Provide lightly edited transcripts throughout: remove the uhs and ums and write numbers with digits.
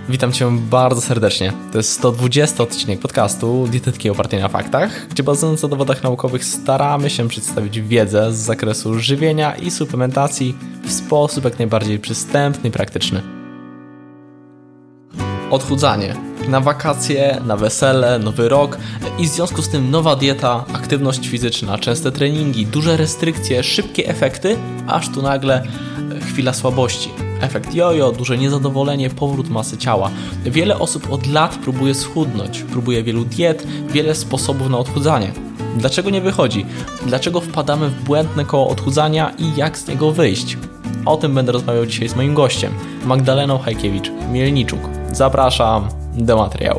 Witam Cię bardzo serdecznie. To jest 120 odcinek podcastu Dietetyki opartej na faktach, gdzie bazując na dowodach naukowych staramy się przedstawić wiedzę z zakresu żywienia i suplementacji w sposób jak najbardziej przystępny i praktyczny. Odchudzanie. Na wakacje, na wesele, nowy rok i w związku z tym nowa dieta, aktywność fizyczna, częste treningi, duże restrykcje, szybkie efekty, aż tu nagle chwila słabości. Efekt jojo, duże niezadowolenie, powrót masy ciała. Wiele osób od lat próbuje schudnąć, próbuje wielu diet, wiele sposobów na odchudzanie. Dlaczego nie wychodzi? Dlaczego wpadamy w błędne koło odchudzania i jak z niego wyjść? O tym będę rozmawiał dzisiaj z moim gościem, Magdaleną Hajkiewicz-Mielniczuk. Zapraszam do materiału.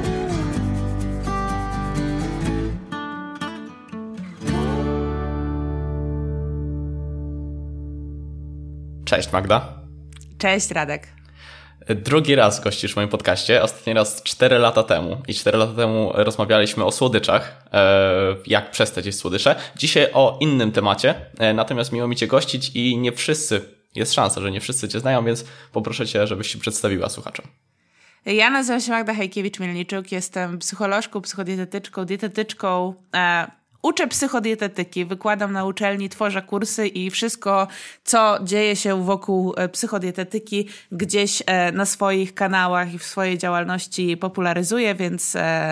Cześć Magda. Cześć Radek. Drugi raz gościsz w moim podcaście, ostatni raz 4 lata temu. I 4 lata temu rozmawialiśmy o słodyczach, jak przestać jeść słodycze. Dzisiaj o innym temacie, natomiast miło mi Cię gościć i nie wszyscy, jest szansa, że nie wszyscy Cię znają, więc poproszę Cię, żebyś się przedstawiła słuchaczom. Ja nazywam się Magda Hajkiewicz-Mielniczuk, jestem psycholożką, psychodietetyczką, dietetyczką. Uczę psychodietetyki, wykładam na uczelni, tworzę kursy i wszystko, co dzieje się wokół psychodietetyki, gdzieś na swoich kanałach i w swojej działalności popularyzuję, więc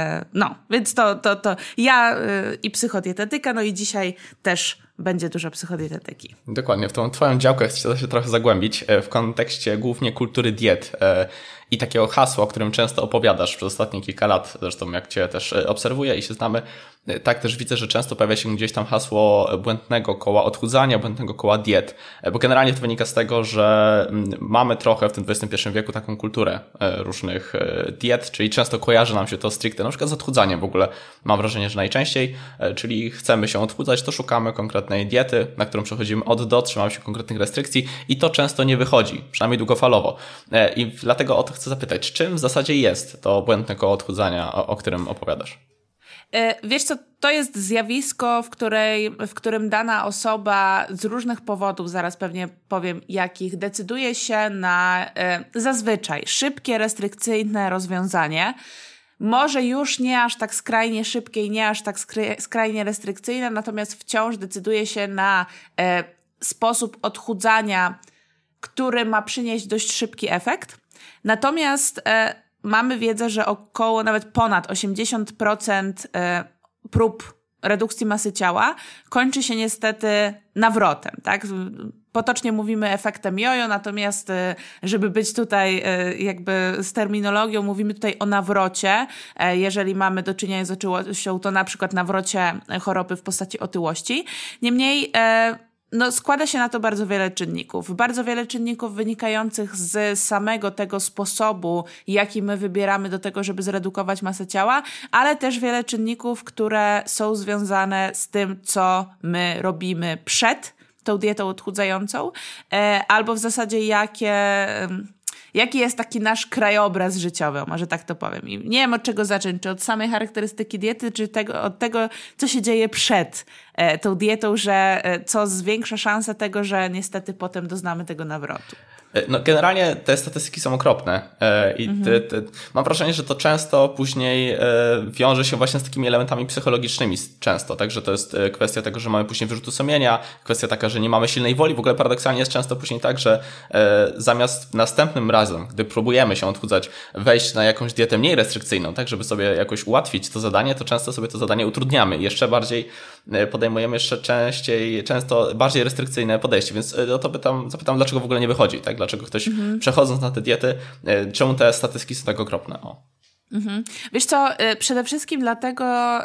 to ja i psychodietetyka, no i dzisiaj też będzie dużo psychodietetyki. Dokładnie, w tą Twoją działkę chcę się trochę zagłębić w kontekście głównie kultury diet i takiego hasła, o którym często opowiadasz przez ostatnie kilka lat, zresztą jak Cię też obserwuję i się znamy, tak też widzę, że często pojawia się gdzieś tam hasło błędnego koła odchudzania, błędnego koła diet, bo generalnie to wynika z tego, że mamy trochę w tym XXI wieku taką kulturę różnych diet, czyli często kojarzy nam się to stricte na przykład z odchudzaniem w ogóle, mam wrażenie, że najczęściej, czyli chcemy się odchudzać, to szukamy konkretnej diety, na którą przechodzimy od do, trzymamy się konkretnych restrykcji i to często nie wychodzi, przynajmniej długofalowo. I dlatego o to chcę zapytać, czym w zasadzie jest to błędne koło odchudzania, o którym opowiadasz? Wiesz co, to jest zjawisko, w którym dana osoba z różnych powodów, zaraz pewnie powiem jakich, decyduje się na zazwyczaj szybkie, restrykcyjne rozwiązanie. Może już nie aż tak skrajnie szybkie i nie aż tak skrajnie restrykcyjne, natomiast wciąż decyduje się na sposób odchudzania, który ma przynieść dość szybki efekt. Natomiast mamy wiedzę, że około nawet ponad 80% prób redukcji masy ciała kończy się niestety nawrotem, tak? Potocznie mówimy efektem jojo, natomiast żeby być tutaj jakby z terminologią, mówimy tutaj o nawrocie. Jeżeli mamy do czynienia z otyłością, to na przykład nawrocie choroby w postaci otyłości. Niemniej składa się na to bardzo wiele czynników wynikających z samego tego sposobu, jaki my wybieramy do tego, żeby zredukować masę ciała, ale też wiele czynników, które są związane z tym, co my robimy przed tą dietą odchudzającą, albo w zasadzie jaki jest taki nasz krajobraz życiowy, może tak to powiem. I nie wiem od czego zacząć, czy od samej charakterystyki diety, czy od tego, co się dzieje przed tą dietą, co zwiększa szansę tego, że niestety potem doznamy tego nawrotu. No generalnie te statystyki są okropne i mam wrażenie, że to często później wiąże się właśnie z takimi elementami psychologicznymi często, także to jest kwestia tego, że mamy później wyrzutu sumienia, kwestia taka, że nie mamy silnej woli, w ogóle paradoksalnie jest często później tak, że zamiast następnym razem, gdy próbujemy się odchudzać, wejść na jakąś dietę mniej restrykcyjną, tak żeby sobie jakoś ułatwić to zadanie, to często sobie to zadanie utrudniamy, jeszcze bardziej podejmujemy często bardziej restrykcyjne podejście, więc zapytam, dlaczego w ogóle nie wychodzi, tak? Dlaczego ktoś przechodząc na te diety, czemu te statystyki są tak okropne? Wiesz co, przede wszystkim dlatego,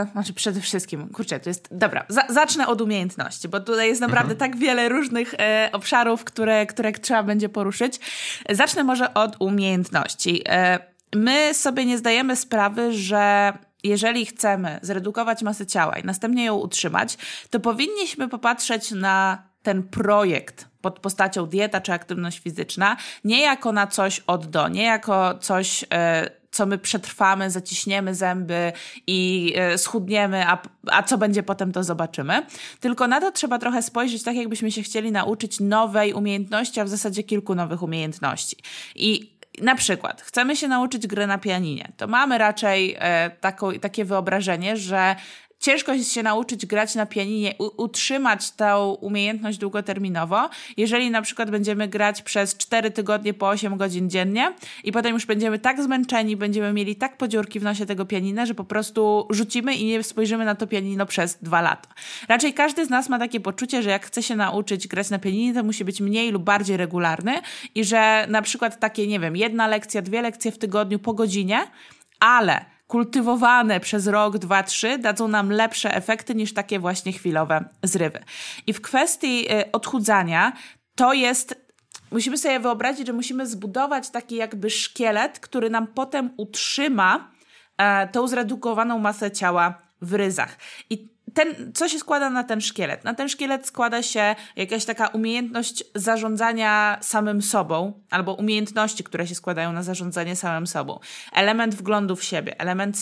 to jest, dobra, zacznę od umiejętności, bo tutaj jest naprawdę tak wiele różnych obszarów, które trzeba będzie poruszyć. Zacznę może od umiejętności. My sobie nie zdajemy sprawy, że jeżeli chcemy zredukować masę ciała i następnie ją utrzymać, to powinniśmy popatrzeć na ten projekt pod postacią dieta czy aktywność fizyczna nie jako na coś od do, nie jako coś, co my przetrwamy, zaciśniemy zęby i schudniemy, a co będzie potem, to zobaczymy. Tylko na to trzeba trochę spojrzeć tak, jakbyśmy się chcieli nauczyć nowej umiejętności, a w zasadzie kilku nowych umiejętności. I Na przykład chcemy się nauczyć gry na pianinie, to mamy raczej takie wyobrażenie, że ciężko jest się nauczyć grać na pianinie, utrzymać tę umiejętność długoterminowo, jeżeli na przykład będziemy grać przez 4 tygodnie po 8 godzin dziennie i potem już będziemy tak zmęczeni, będziemy mieli tak podziurki w nosie tego pianina, że po prostu rzucimy i nie spojrzymy na to pianino przez 2 lata. Raczej każdy z nas ma takie poczucie, że jak chce się nauczyć grać na pianinie, to musi być mniej lub bardziej regularny i że na przykład takie, nie wiem, 1 lekcja, 2 lekcje w tygodniu po godzinie, ale kultywowane przez rok, 2, 3 dadzą nam lepsze efekty niż takie właśnie chwilowe zrywy. I w kwestii odchudzania to jest, musimy sobie wyobrazić, że musimy zbudować taki jakby szkielet, który nam potem utrzyma tą zredukowaną masę ciała w ryzach. I co się składa na ten szkielet? Na ten szkielet składa się jakaś taka umiejętność zarządzania samym sobą, albo umiejętności, które się składają na zarządzanie samym sobą. Element wglądu w siebie, element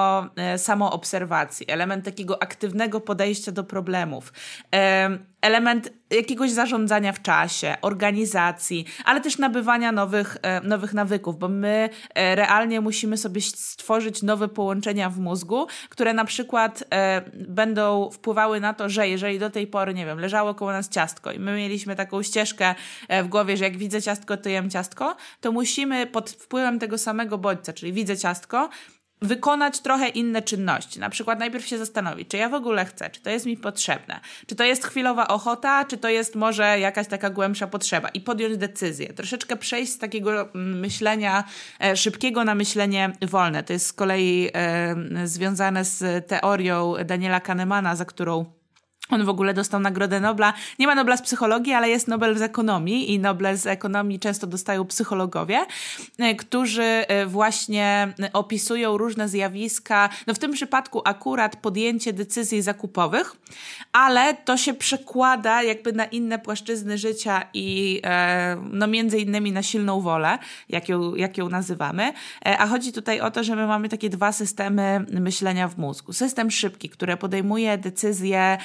samoobserwacji, element takiego aktywnego podejścia do problemów, element jakiegoś zarządzania w czasie, organizacji, ale też nabywania nowych nawyków, bo my realnie musimy sobie stworzyć nowe połączenia w mózgu, które na przykład będą wpływały na to, że jeżeli do tej pory, nie wiem, leżało koło nas ciastko i my mieliśmy taką ścieżkę w głowie, że jak widzę ciastko, to jem ciastko, to musimy pod wpływem tego samego bodźca, czyli widzę ciastko, wykonać trochę inne czynności. Na przykład najpierw się zastanowić, czy ja w ogóle chcę, czy to jest mi potrzebne, czy to jest chwilowa ochota, czy to jest może jakaś taka głębsza potrzeba i podjąć decyzję. Troszeczkę przejść z takiego myślenia szybkiego na myślenie wolne. To jest z kolei związane z teorią Daniela Kahnemana, za którą on w ogóle dostał Nagrodę Nobla. Nie ma Nobla z psychologii, ale jest Nobel z ekonomii i Nobel z ekonomii często dostają psychologowie, którzy właśnie opisują różne zjawiska. No w tym przypadku akurat podjęcie decyzji zakupowych, ale to się przekłada jakby na inne płaszczyzny życia i no między innymi na silną wolę, jak ją nazywamy. A chodzi tutaj o to, że my mamy takie 2 systemy myślenia w mózgu. System szybki, który podejmuje decyzje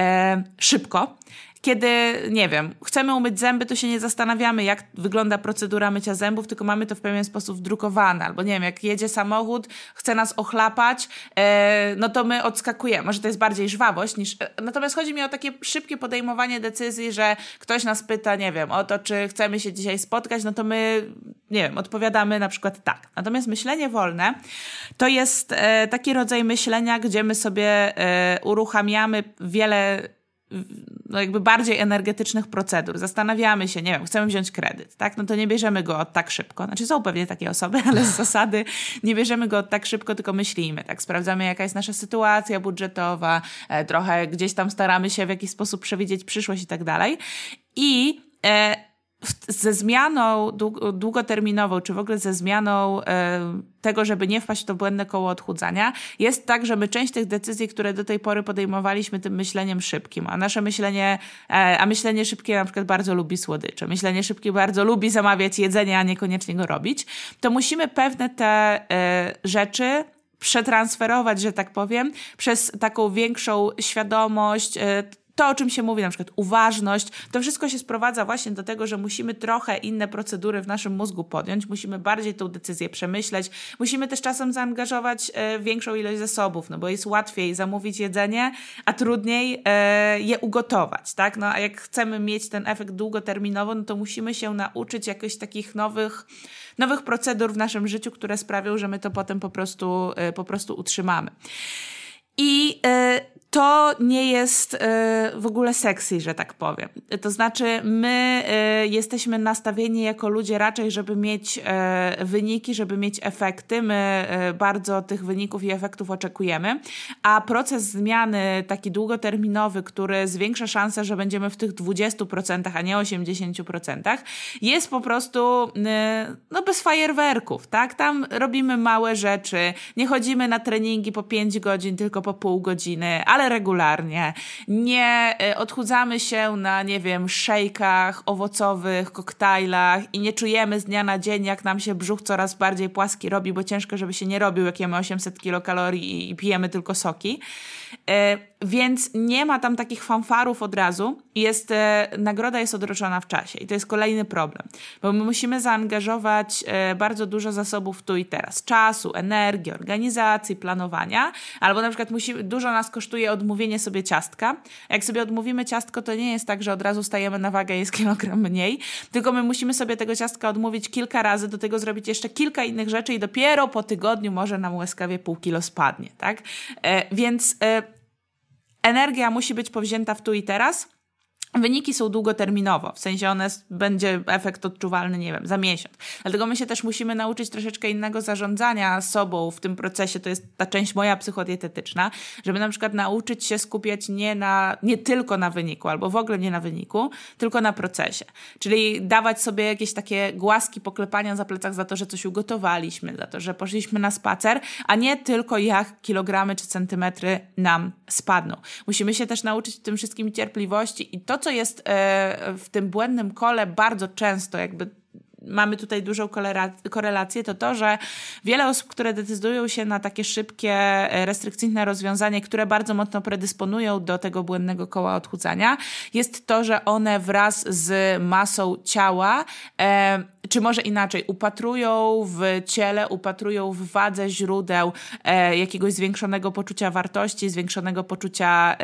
szybko. Kiedy, nie wiem, chcemy umyć zęby, to się nie zastanawiamy, jak wygląda procedura mycia zębów, tylko mamy to w pewien sposób wdrukowane. Albo nie wiem, jak jedzie samochód, chce nas ochlapać, no to my odskakujemy. Może to jest bardziej żwawość niż... Natomiast chodzi mi o takie szybkie podejmowanie decyzji, że ktoś nas pyta, nie wiem, o to, czy chcemy się dzisiaj spotkać, no to my, nie wiem, odpowiadamy na przykład tak. Natomiast myślenie wolne to jest taki rodzaj myślenia, gdzie my sobie uruchamiamy wiele no jakby bardziej energetycznych procedur. Zastanawiamy się, nie wiem, chcemy wziąć kredyt, tak? No to nie bierzemy go od tak szybko. Znaczy są pewnie takie osoby, ale z zasady nie bierzemy go od tak szybko, tylko myślimy, tak? Sprawdzamy, jaka jest nasza sytuacja budżetowa, trochę gdzieś tam staramy się w jakiś sposób przewidzieć przyszłość i tak dalej. I ze zmianą długoterminową, czy w ogóle ze zmianą tego, żeby nie wpaść w to błędne koło odchudzania, jest tak, że my część tych decyzji, które do tej pory podejmowaliśmy tym myśleniem szybkim, a myślenie szybkie na przykład bardzo lubi słodycze, myślenie szybkie bardzo lubi zamawiać jedzenie, a niekoniecznie go robić, to musimy pewne te rzeczy przetransferować, że tak powiem, przez taką większą świadomość, to, o czym się mówi, na przykład uważność, to wszystko się sprowadza właśnie do tego, że musimy trochę inne procedury w naszym mózgu podjąć, musimy bardziej tą decyzję przemyśleć, musimy też czasem zaangażować większą ilość zasobów, no bo jest łatwiej zamówić jedzenie, a trudniej je ugotować, tak? No a jak chcemy mieć ten efekt długoterminowo, no to musimy się nauczyć jakichś takich nowych procedur w naszym życiu, które sprawią, że my to potem po prostu utrzymamy. I to nie jest w ogóle sexy, że tak powiem. To znaczy my jesteśmy nastawieni jako ludzie raczej, żeby mieć wyniki, żeby mieć efekty. My bardzo tych wyników i efektów oczekujemy, a proces zmiany taki długoterminowy, który zwiększa szansę, że będziemy w tych 20%, a nie 80%, jest po prostu no bez fajerwerków, tak? Tam robimy małe rzeczy, nie chodzimy na treningi po 5 godzin, tylko po pół godziny, ale regularnie. Nie odchudzamy się na, nie wiem, szejkach owocowych, koktajlach i nie czujemy z dnia na dzień, jak nam się brzuch coraz bardziej płaski robi, bo ciężko, żeby się nie robił, jak jemy 800 kilokalorii i pijemy tylko soki. Więc nie ma tam takich fanfarów od razu. Nagroda jest odroczona w czasie i to jest kolejny problem, bo my musimy zaangażować bardzo dużo zasobów tu i teraz. Czasu, energii, organizacji, planowania, albo na przykład dużo nas kosztuje odmówienie sobie ciastka. Jak sobie odmówimy ciastko, to nie jest tak, że od razu stajemy na wagę i jest kilogram mniej, tylko my musimy sobie tego ciastka odmówić kilka razy, do tego zrobić jeszcze kilka innych rzeczy i dopiero po tygodniu może nam łaskawie pół kilo spadnie, tak? Więc energia musi być powzięta w tu i teraz. Wyniki są długoterminowo, w sensie będzie efekt odczuwalny, nie wiem, za miesiąc. Dlatego my się też musimy nauczyć troszeczkę innego zarządzania sobą w tym procesie, to jest ta część moja psychodietetyczna, żeby na przykład nauczyć się skupiać nie tylko na wyniku, albo w ogóle nie na wyniku, tylko na procesie. Czyli dawać sobie jakieś takie głaski, poklepania za plecach za to, że coś ugotowaliśmy, za to, że poszliśmy na spacer, a nie tylko jak kilogramy czy centymetry nam spadną. Musimy się też nauczyć w tym wszystkim cierpliwości i to, co jest w tym błędnym kole bardzo często jakby mamy tutaj dużą korelację, to, że wiele osób, które decydują się na takie szybkie, restrykcyjne rozwiązanie, które bardzo mocno predysponują do tego błędnego koła odchudzania, jest to, że one wraz z masą ciała, czy może inaczej, upatrują w ciele, upatrują w wadze źródeł jakiegoś zwiększonego poczucia wartości, zwiększonego poczucia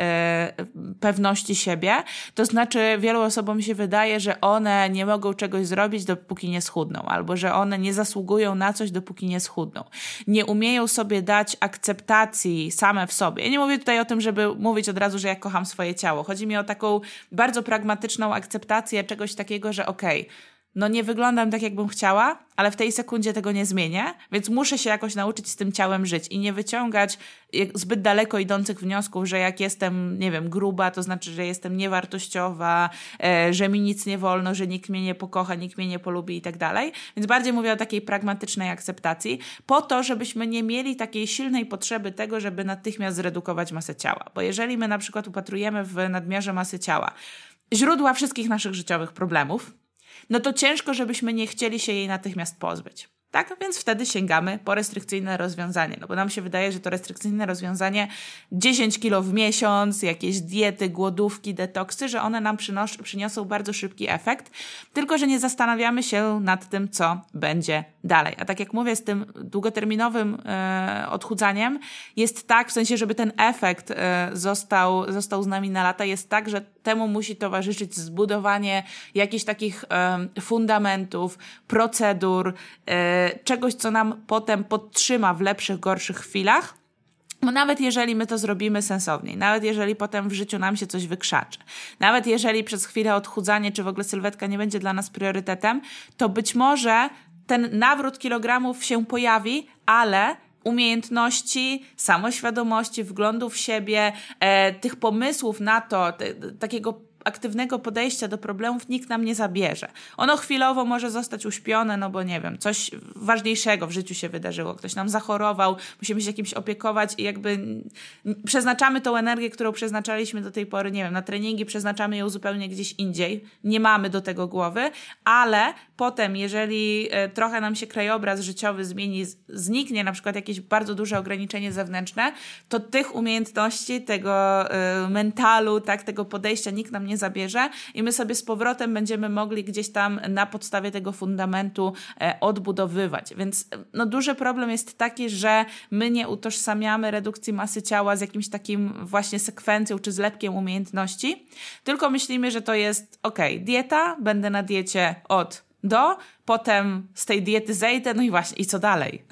pewności siebie. To znaczy wielu osobom się wydaje, że one nie mogą czegoś zrobić, dopóki nie schudną, albo że one nie zasługują na coś, dopóki nie schudną. Nie umieją sobie dać akceptacji same w sobie. Ja nie mówię tutaj o tym, żeby mówić od razu, że ja kocham swoje ciało. Chodzi mi o taką bardzo pragmatyczną akceptację czegoś takiego, że no nie wyglądam tak, jakbym chciała, ale w tej sekundzie tego nie zmienię, więc muszę się jakoś nauczyć z tym ciałem żyć i nie wyciągać zbyt daleko idących wniosków, że jak jestem, nie wiem, gruba, to znaczy, że jestem niewartościowa, że mi nic nie wolno, że nikt mnie nie pokocha, nikt mnie nie polubi i tak dalej. Więc bardziej mówię o takiej pragmatycznej akceptacji, po to, żebyśmy nie mieli takiej silnej potrzeby tego, żeby natychmiast zredukować masę ciała. Bo jeżeli my na przykład upatrujemy w nadmiarze masy ciała źródła wszystkich naszych życiowych problemów, no to ciężko, żebyśmy nie chcieli się jej natychmiast pozbyć. Tak? Więc wtedy sięgamy po restrykcyjne rozwiązanie. No bo nam się wydaje, że to restrykcyjne rozwiązanie 10 kilo w miesiąc, jakieś diety, głodówki, detoksy, że one nam przyniosą bardzo szybki efekt, tylko że nie zastanawiamy się nad tym, co będzie dalej. A tak jak mówię, z tym długoterminowym odchudzaniem jest tak, w sensie, żeby ten efekt został z nami na lata, jest tak, że temu musi towarzyszyć zbudowanie jakichś takich fundamentów, procedur, czegoś, co nam potem podtrzyma w lepszych, gorszych chwilach. Bo nawet jeżeli my to zrobimy sensowniej, nawet jeżeli potem w życiu nam się coś wykrzaczy, nawet jeżeli przez chwilę odchudzanie czy w ogóle sylwetka nie będzie dla nas priorytetem, to być może ten nawrót kilogramów się pojawi, ale umiejętności, samoświadomości, wglądu w siebie, tych pomysłów na to, takiego aktywnego podejścia do problemów nikt nam nie zabierze. Ono chwilowo może zostać uśpione, no bo nie wiem, coś ważniejszego w życiu się wydarzyło, ktoś nam zachorował, musimy się kimś opiekować i jakby przeznaczamy tą energię, którą przeznaczaliśmy do tej pory, nie wiem, na treningi, przeznaczamy ją zupełnie gdzieś indziej, nie mamy do tego głowy, ale potem, jeżeli trochę nam się krajobraz życiowy zmieni, zniknie na przykład jakieś bardzo duże ograniczenie zewnętrzne, to tych umiejętności, tego mentalu, tak, tego podejścia nikt nam nie zabierze i my sobie z powrotem będziemy mogli gdzieś tam na podstawie tego fundamentu odbudowywać. Więc no, duży problem jest taki, że my nie utożsamiamy redukcji masy ciała z jakimś takim właśnie sekwencją czy zlepkiem umiejętności, tylko myślimy, że to jest dieta, będę na diecie od do, potem z tej diety zejdę, no i właśnie, i co dalej?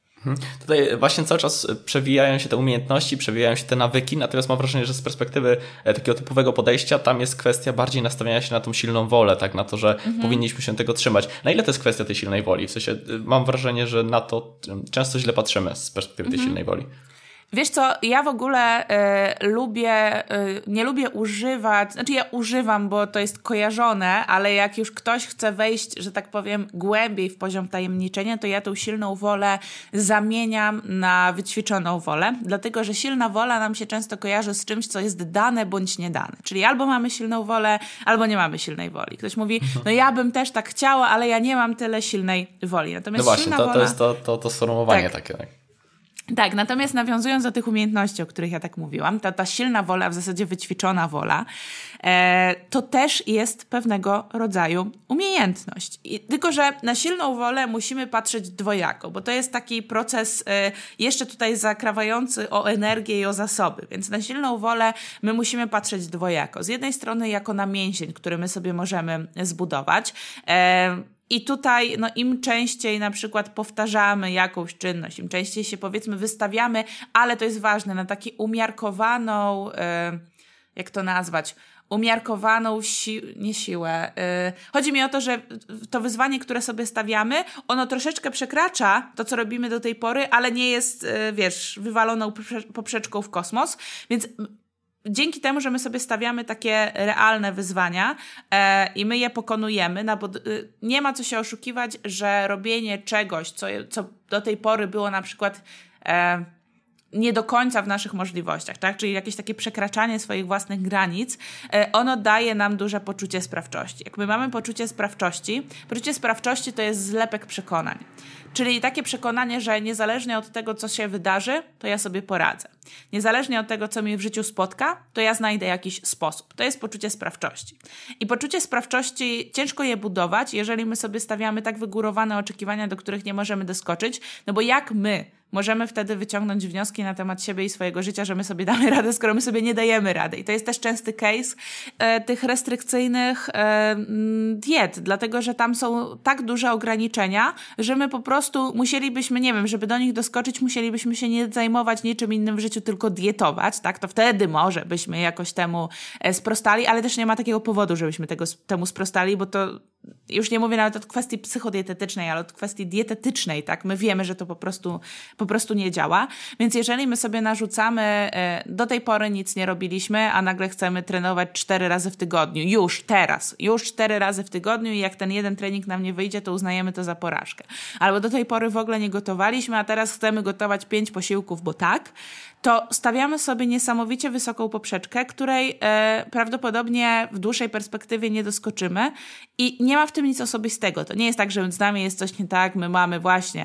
Tutaj właśnie cały czas przewijają się te umiejętności, przewijają się te nawyki, natomiast mam wrażenie, że z perspektywy takiego typowego podejścia tam jest kwestia bardziej nastawiania się na tą silną wolę, tak, na to, że powinniśmy się tego trzymać. Na ile to jest kwestia tej silnej woli? W sensie mam wrażenie, że na to często źle patrzymy z perspektywy tej silnej woli. Wiesz co, ja w ogóle nie lubię używać, znaczy ja używam, bo to jest kojarzone, ale jak już ktoś chce wejść, że tak powiem, głębiej w poziom tajemniczenia, to ja tą silną wolę zamieniam na wyćwiczoną wolę, dlatego że silna wola nam się często kojarzy z czymś, co jest dane bądź niedane. Czyli albo mamy silną wolę, albo nie mamy silnej woli. Ktoś mówi, no ja bym też tak chciała, ale ja nie mam tyle silnej woli. Natomiast no właśnie, silna to wola... jest to sformułowanie tak. takie, tak. Tak, natomiast nawiązując do tych umiejętności, o których ja tak mówiłam, ta silna wola, w zasadzie wyćwiczona wola, to też jest pewnego rodzaju umiejętność. Tylko że na silną wolę musimy patrzeć dwojako, bo to jest taki proces jeszcze tutaj zakrawający o energię i o zasoby. Więc na silną wolę my musimy patrzeć dwojako. Z jednej strony jako na mięsień, który my sobie możemy zbudować, i tutaj im częściej na przykład powtarzamy jakąś czynność, im częściej się powiedzmy wystawiamy, ale to jest ważne, na taką umiarkowaną, jak to nazwać, umiarkowaną nie siłę. Chodzi mi o to, że to wyzwanie, które sobie stawiamy, ono troszeczkę przekracza to, co robimy do tej pory, ale nie jest, wywaloną poprzeczką w kosmos, więc dzięki temu, że my sobie stawiamy takie realne wyzwania i my je pokonujemy, bo nie ma co się oszukiwać, że robienie czegoś, co do tej pory było na przykład nie do końca w naszych możliwościach, tak? Czyli jakieś takie przekraczanie swoich własnych granic, ono daje nam duże poczucie sprawczości. Jak my mamy poczucie sprawczości to jest zlepek przekonań. Czyli takie przekonanie, że niezależnie od tego, co się wydarzy, to ja sobie poradzę. Niezależnie od tego, co mnie w życiu spotka, to ja znajdę jakiś sposób. To jest poczucie sprawczości. I poczucie sprawczości ciężko je budować, jeżeli my sobie stawiamy tak wygórowane oczekiwania, do których nie możemy doskoczyć, bo jak my możemy wtedy wyciągnąć wnioski na temat siebie i swojego życia, że my sobie damy radę, skoro my sobie nie dajemy rady. I to jest też częsty case tych restrykcyjnych diet, dlatego że tam są tak duże ograniczenia, że my po prostu musielibyśmy, nie wiem, żeby do nich doskoczyć, musielibyśmy się nie zajmować niczym innym w życiu, tylko dietować, tak? To wtedy może byśmy jakoś temu sprostali, ale też nie ma takiego powodu, żebyśmy temu sprostali, bo to już nie mówię nawet od kwestii psychodietetycznej, ale od kwestii dietetycznej, tak? My wiemy, że to po prostu nie działa. Więc jeżeli my sobie narzucamy, do tej pory nic nie robiliśmy, a nagle chcemy trenować 4 razy w tygodniu, już 4 razy w tygodniu i jak ten jeden trening nam nie wyjdzie, to uznajemy to za porażkę. Albo do tej pory w ogóle nie gotowaliśmy, a teraz chcemy gotować 5 posiłków, bo tak, to stawiamy sobie niesamowicie wysoką poprzeczkę, której prawdopodobnie w dłuższej perspektywie nie doskoczymy i nie ma w tym nic osobistego. To nie jest tak, że z nami jest coś nie tak, my mamy właśnie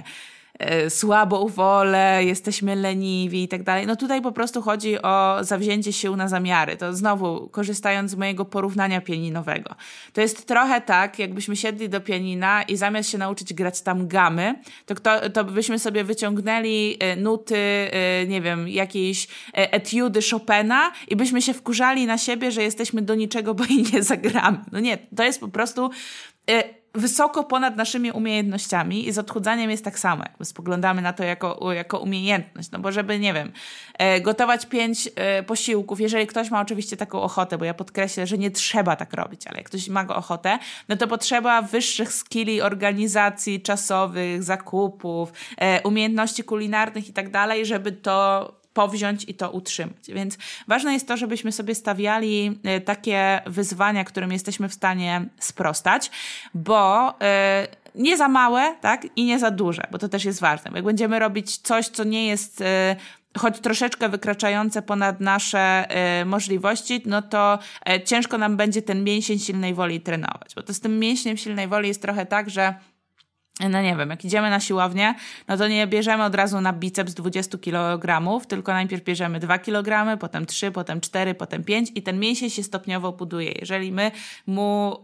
słabą wolę, jesteśmy leniwi i tak dalej. No tutaj po prostu chodzi o zawzięcie sił na zamiary. To znowu, korzystając z mojego porównania pianinowego. To jest trochę tak, jakbyśmy siedli do pianina i zamiast się nauczyć grać tam gamy, to byśmy sobie wyciągnęli nuty, nie wiem, jakiejś etiudy Chopina i byśmy się wkurzali na siebie, że jesteśmy do niczego, bo i nie zagramy. No nie, to jest po prostu wysoko ponad naszymi umiejętnościami i z odchudzaniem jest tak samo, jak my spoglądamy na to jako umiejętność, bo żeby, nie wiem, gotować 5 posiłków, jeżeli ktoś ma oczywiście taką ochotę, bo ja podkreślę, że nie trzeba tak robić, ale jak ktoś ma ochotę, no to potrzeba wyższych skilli organizacji czasowych, zakupów, umiejętności kulinarnych i tak dalej, żeby to powziąć i to utrzymać. Więc ważne jest to, żebyśmy sobie stawiali takie wyzwania, którym jesteśmy w stanie sprostać, bo nie za małe, tak, i nie za duże, bo to też jest ważne. Bo jak będziemy robić coś, co nie jest choć troszeczkę wykraczające ponad nasze możliwości, no to ciężko nam będzie ten mięsień silnej woli trenować. Bo to z tym mięśniem silnej woli jest trochę tak, że no nie wiem, jak idziemy na siłownię, no to nie bierzemy od razu na biceps 20 kg, tylko najpierw bierzemy 2 kg, potem 3, potem 4, potem 5 i ten mięsień się stopniowo buduje. Jeżeli my mu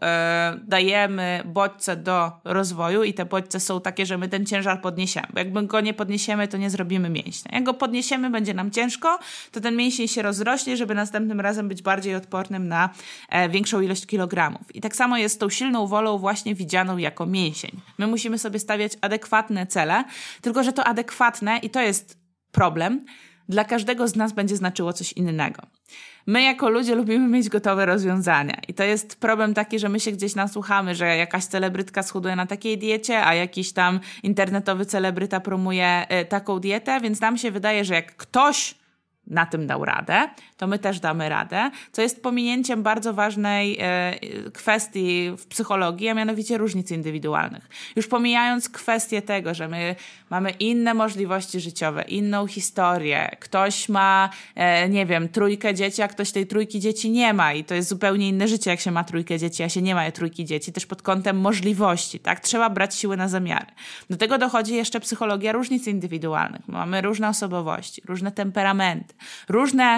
dajemy bodźce do rozwoju i te bodźce są takie, że my ten ciężar podniesiemy, bo jakby go nie podniesiemy, to nie zrobimy mięśnia. Jak go podniesiemy, będzie nam ciężko, to ten mięsień się rozrośnie, żeby następnym razem być bardziej odpornym na większą ilość kilogramów. I tak samo jest z tą silną wolą właśnie widzianą jako mięsień. My musimy sobie stawiać adekwatne cele, tylko że to adekwatne, i to jest problem, dla każdego z nas będzie znaczyło coś innego. My jako ludzie lubimy mieć gotowe rozwiązania i to jest problem taki, że my się gdzieś nasłuchamy, że jakaś celebrytka schuduje na takiej diecie, a jakiś tam internetowy celebryta promuje taką dietę, więc nam się wydaje, że jak ktoś na tym dał radę, to my też damy radę, co jest pominięciem bardzo ważnej kwestii w psychologii, a mianowicie różnic indywidualnych. Już pomijając kwestię tego, że my mamy inne możliwości życiowe, inną historię, ktoś ma, nie wiem, 3 dzieci, a ktoś tej 3 dzieci nie ma i to jest zupełnie inne życie, jak się ma 3 dzieci, a się nie ma 3 dzieci, też pod kątem możliwości, tak? Trzeba brać siły na zamiary. Do tego dochodzi jeszcze psychologia różnic indywidualnych. Mamy różne osobowości, różne temperamenty, różne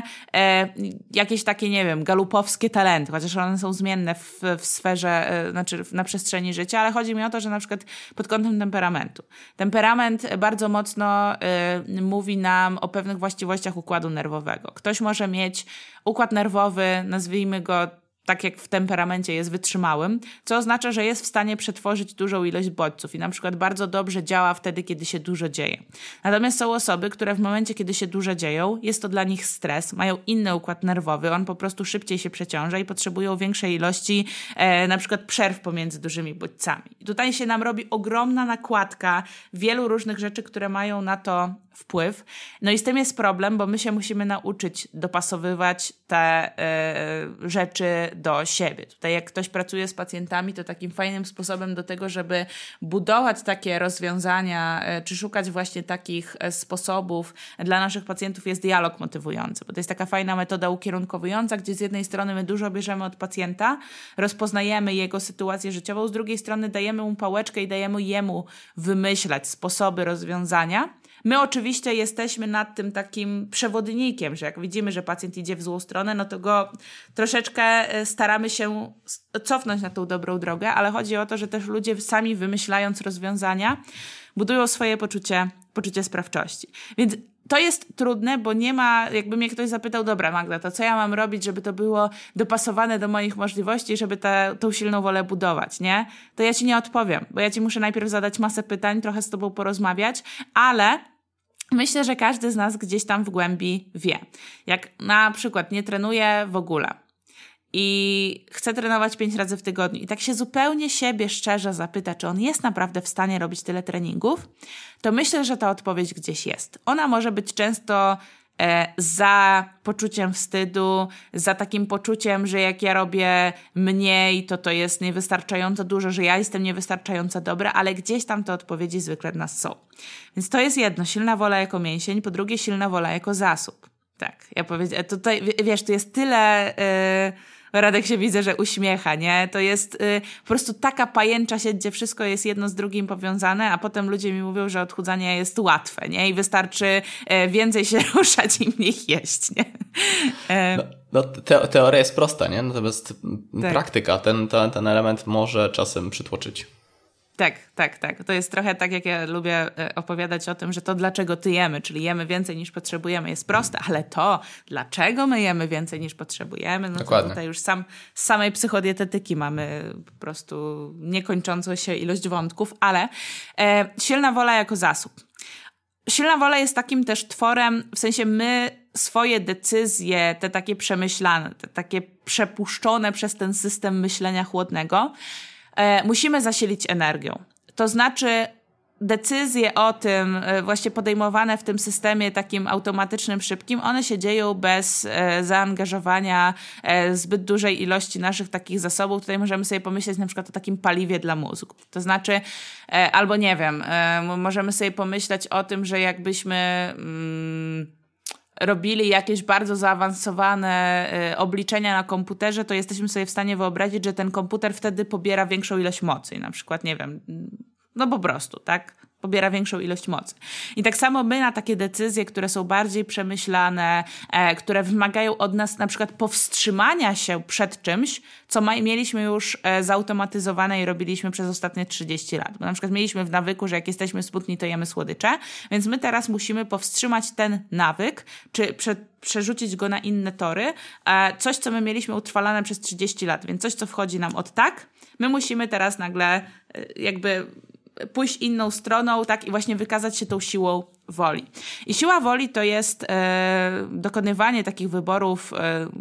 jakieś takie, nie wiem, galupowskie talenty, chociaż one są zmienne w sferze, znaczy na przestrzeni życia, ale chodzi mi o to, że na przykład pod kątem temperamentu. Temperament bardzo mocno mówi nam o pewnych właściwościach układu nerwowego. Ktoś może mieć układ nerwowy, nazwijmy go tak jak w temperamencie jest wytrzymałym, co oznacza, że jest w stanie przetworzyć dużą ilość bodźców i na przykład bardzo dobrze działa wtedy, kiedy się dużo dzieje. Natomiast są osoby, które w momencie, kiedy się dużo dzieją, jest to dla nich stres, mają inny układ nerwowy, on po prostu szybciej się przeciąża i potrzebują większej ilości na przykład przerw pomiędzy dużymi bodźcami. I tutaj się nam robi ogromna nakładka wielu różnych rzeczy, które mają na to wpływ. No i z tym jest problem, bo my się musimy nauczyć dopasowywać te rzeczy do siebie. Tutaj jak ktoś pracuje z pacjentami, to takim fajnym sposobem do tego, żeby budować takie rozwiązania, czy szukać właśnie takich sposobów dla naszych pacjentów jest dialog motywujący, bo to jest taka fajna metoda ukierunkowująca, gdzie z jednej strony my dużo bierzemy od pacjenta, rozpoznajemy jego sytuację życiową, z drugiej strony dajemy mu pałeczkę i dajemy jemu wymyślać sposoby rozwiązania. My oczywiście jesteśmy nad tym takim przewodnikiem, że jak widzimy, że pacjent idzie w złą stronę, no to go troszeczkę staramy się cofnąć na tą dobrą drogę, ale chodzi o to, że też ludzie sami wymyślając rozwiązania budują swoje poczucie sprawczości. Więc to jest trudne, bo nie ma, jakby mnie ktoś zapytał, dobra Magda, to co ja mam robić, żeby to było dopasowane do moich możliwości, żeby tą silną wolę budować, nie? To ja ci nie odpowiem, bo ja ci muszę najpierw zadać masę pytań, trochę z tobą porozmawiać, ale myślę, że każdy z nas gdzieś tam w głębi wie. Jak na przykład nie trenuje w ogóle i chce trenować 5 razy w tygodniu i tak się zupełnie siebie szczerze zapyta, czy on jest naprawdę w stanie robić tyle treningów, to myślę, że ta odpowiedź gdzieś jest. Ona może być często za poczuciem wstydu, za takim poczuciem, że jak ja robię mniej, to jest niewystarczająco dużo, że ja jestem niewystarczająco dobra, ale gdzieś tam te odpowiedzi zwykle w nas są. Więc to jest jedno, silna wola jako mięsień, po drugie silna wola jako zasób. Tak, ja powiedziałem, tutaj wiesz, tu jest tyle... Radek się widzę, że uśmiecha, nie? To jest po prostu taka pajęcza sieć, gdzie wszystko jest jedno z drugim powiązane, a potem ludzie mi mówią, że odchudzanie jest łatwe, nie? I wystarczy więcej się ruszać i mniej jeść, nie? Teoria jest prosta, nie? Natomiast praktyka, ten element może czasem przytłoczyć. Tak. To jest trochę tak, jak ja lubię opowiadać o tym, że to dlaczego ty jemy, czyli jemy więcej niż potrzebujemy jest proste, ale to dlaczego my jemy więcej niż potrzebujemy, no to tutaj już z samej psychodietetyki mamy po prostu niekończącą się ilość wątków, ale silna wola jako zasób. Silna wola jest takim też tworem, w sensie my swoje decyzje, te takie przemyślane, te takie przepuszczone przez ten system myślenia chłodnego, musimy zasilić energią. To znaczy decyzje o tym właśnie podejmowane w tym systemie takim automatycznym, szybkim, one się dzieją bez zaangażowania zbyt dużej ilości naszych takich zasobów. Tutaj możemy sobie pomyśleć na przykład o takim paliwie dla mózgu. To znaczy, albo nie wiem, możemy sobie pomyśleć o tym, że jakbyśmy... robili jakieś bardzo zaawansowane obliczenia na komputerze, to jesteśmy sobie w stanie wyobrazić, że ten komputer wtedy pobiera większą ilość mocy. I na przykład, nie wiem, no po prostu, tak? Pobiera większą ilość mocy. I tak samo my na takie decyzje, które są bardziej przemyślane, które wymagają od nas na przykład powstrzymania się przed czymś, co mieliśmy już zautomatyzowane i robiliśmy przez ostatnie 30 lat. Bo na przykład mieliśmy w nawyku, że jak jesteśmy smutni, to jemy słodycze, więc my teraz musimy powstrzymać ten nawyk, czy przerzucić go na inne tory. Coś, co my mieliśmy utrwalane przez 30 lat, więc coś, co wchodzi nam od tak, my musimy teraz nagle jakby pójść inną stroną, tak, i właśnie wykazać się tą siłą woli. I siła woli to jest dokonywanie takich wyborów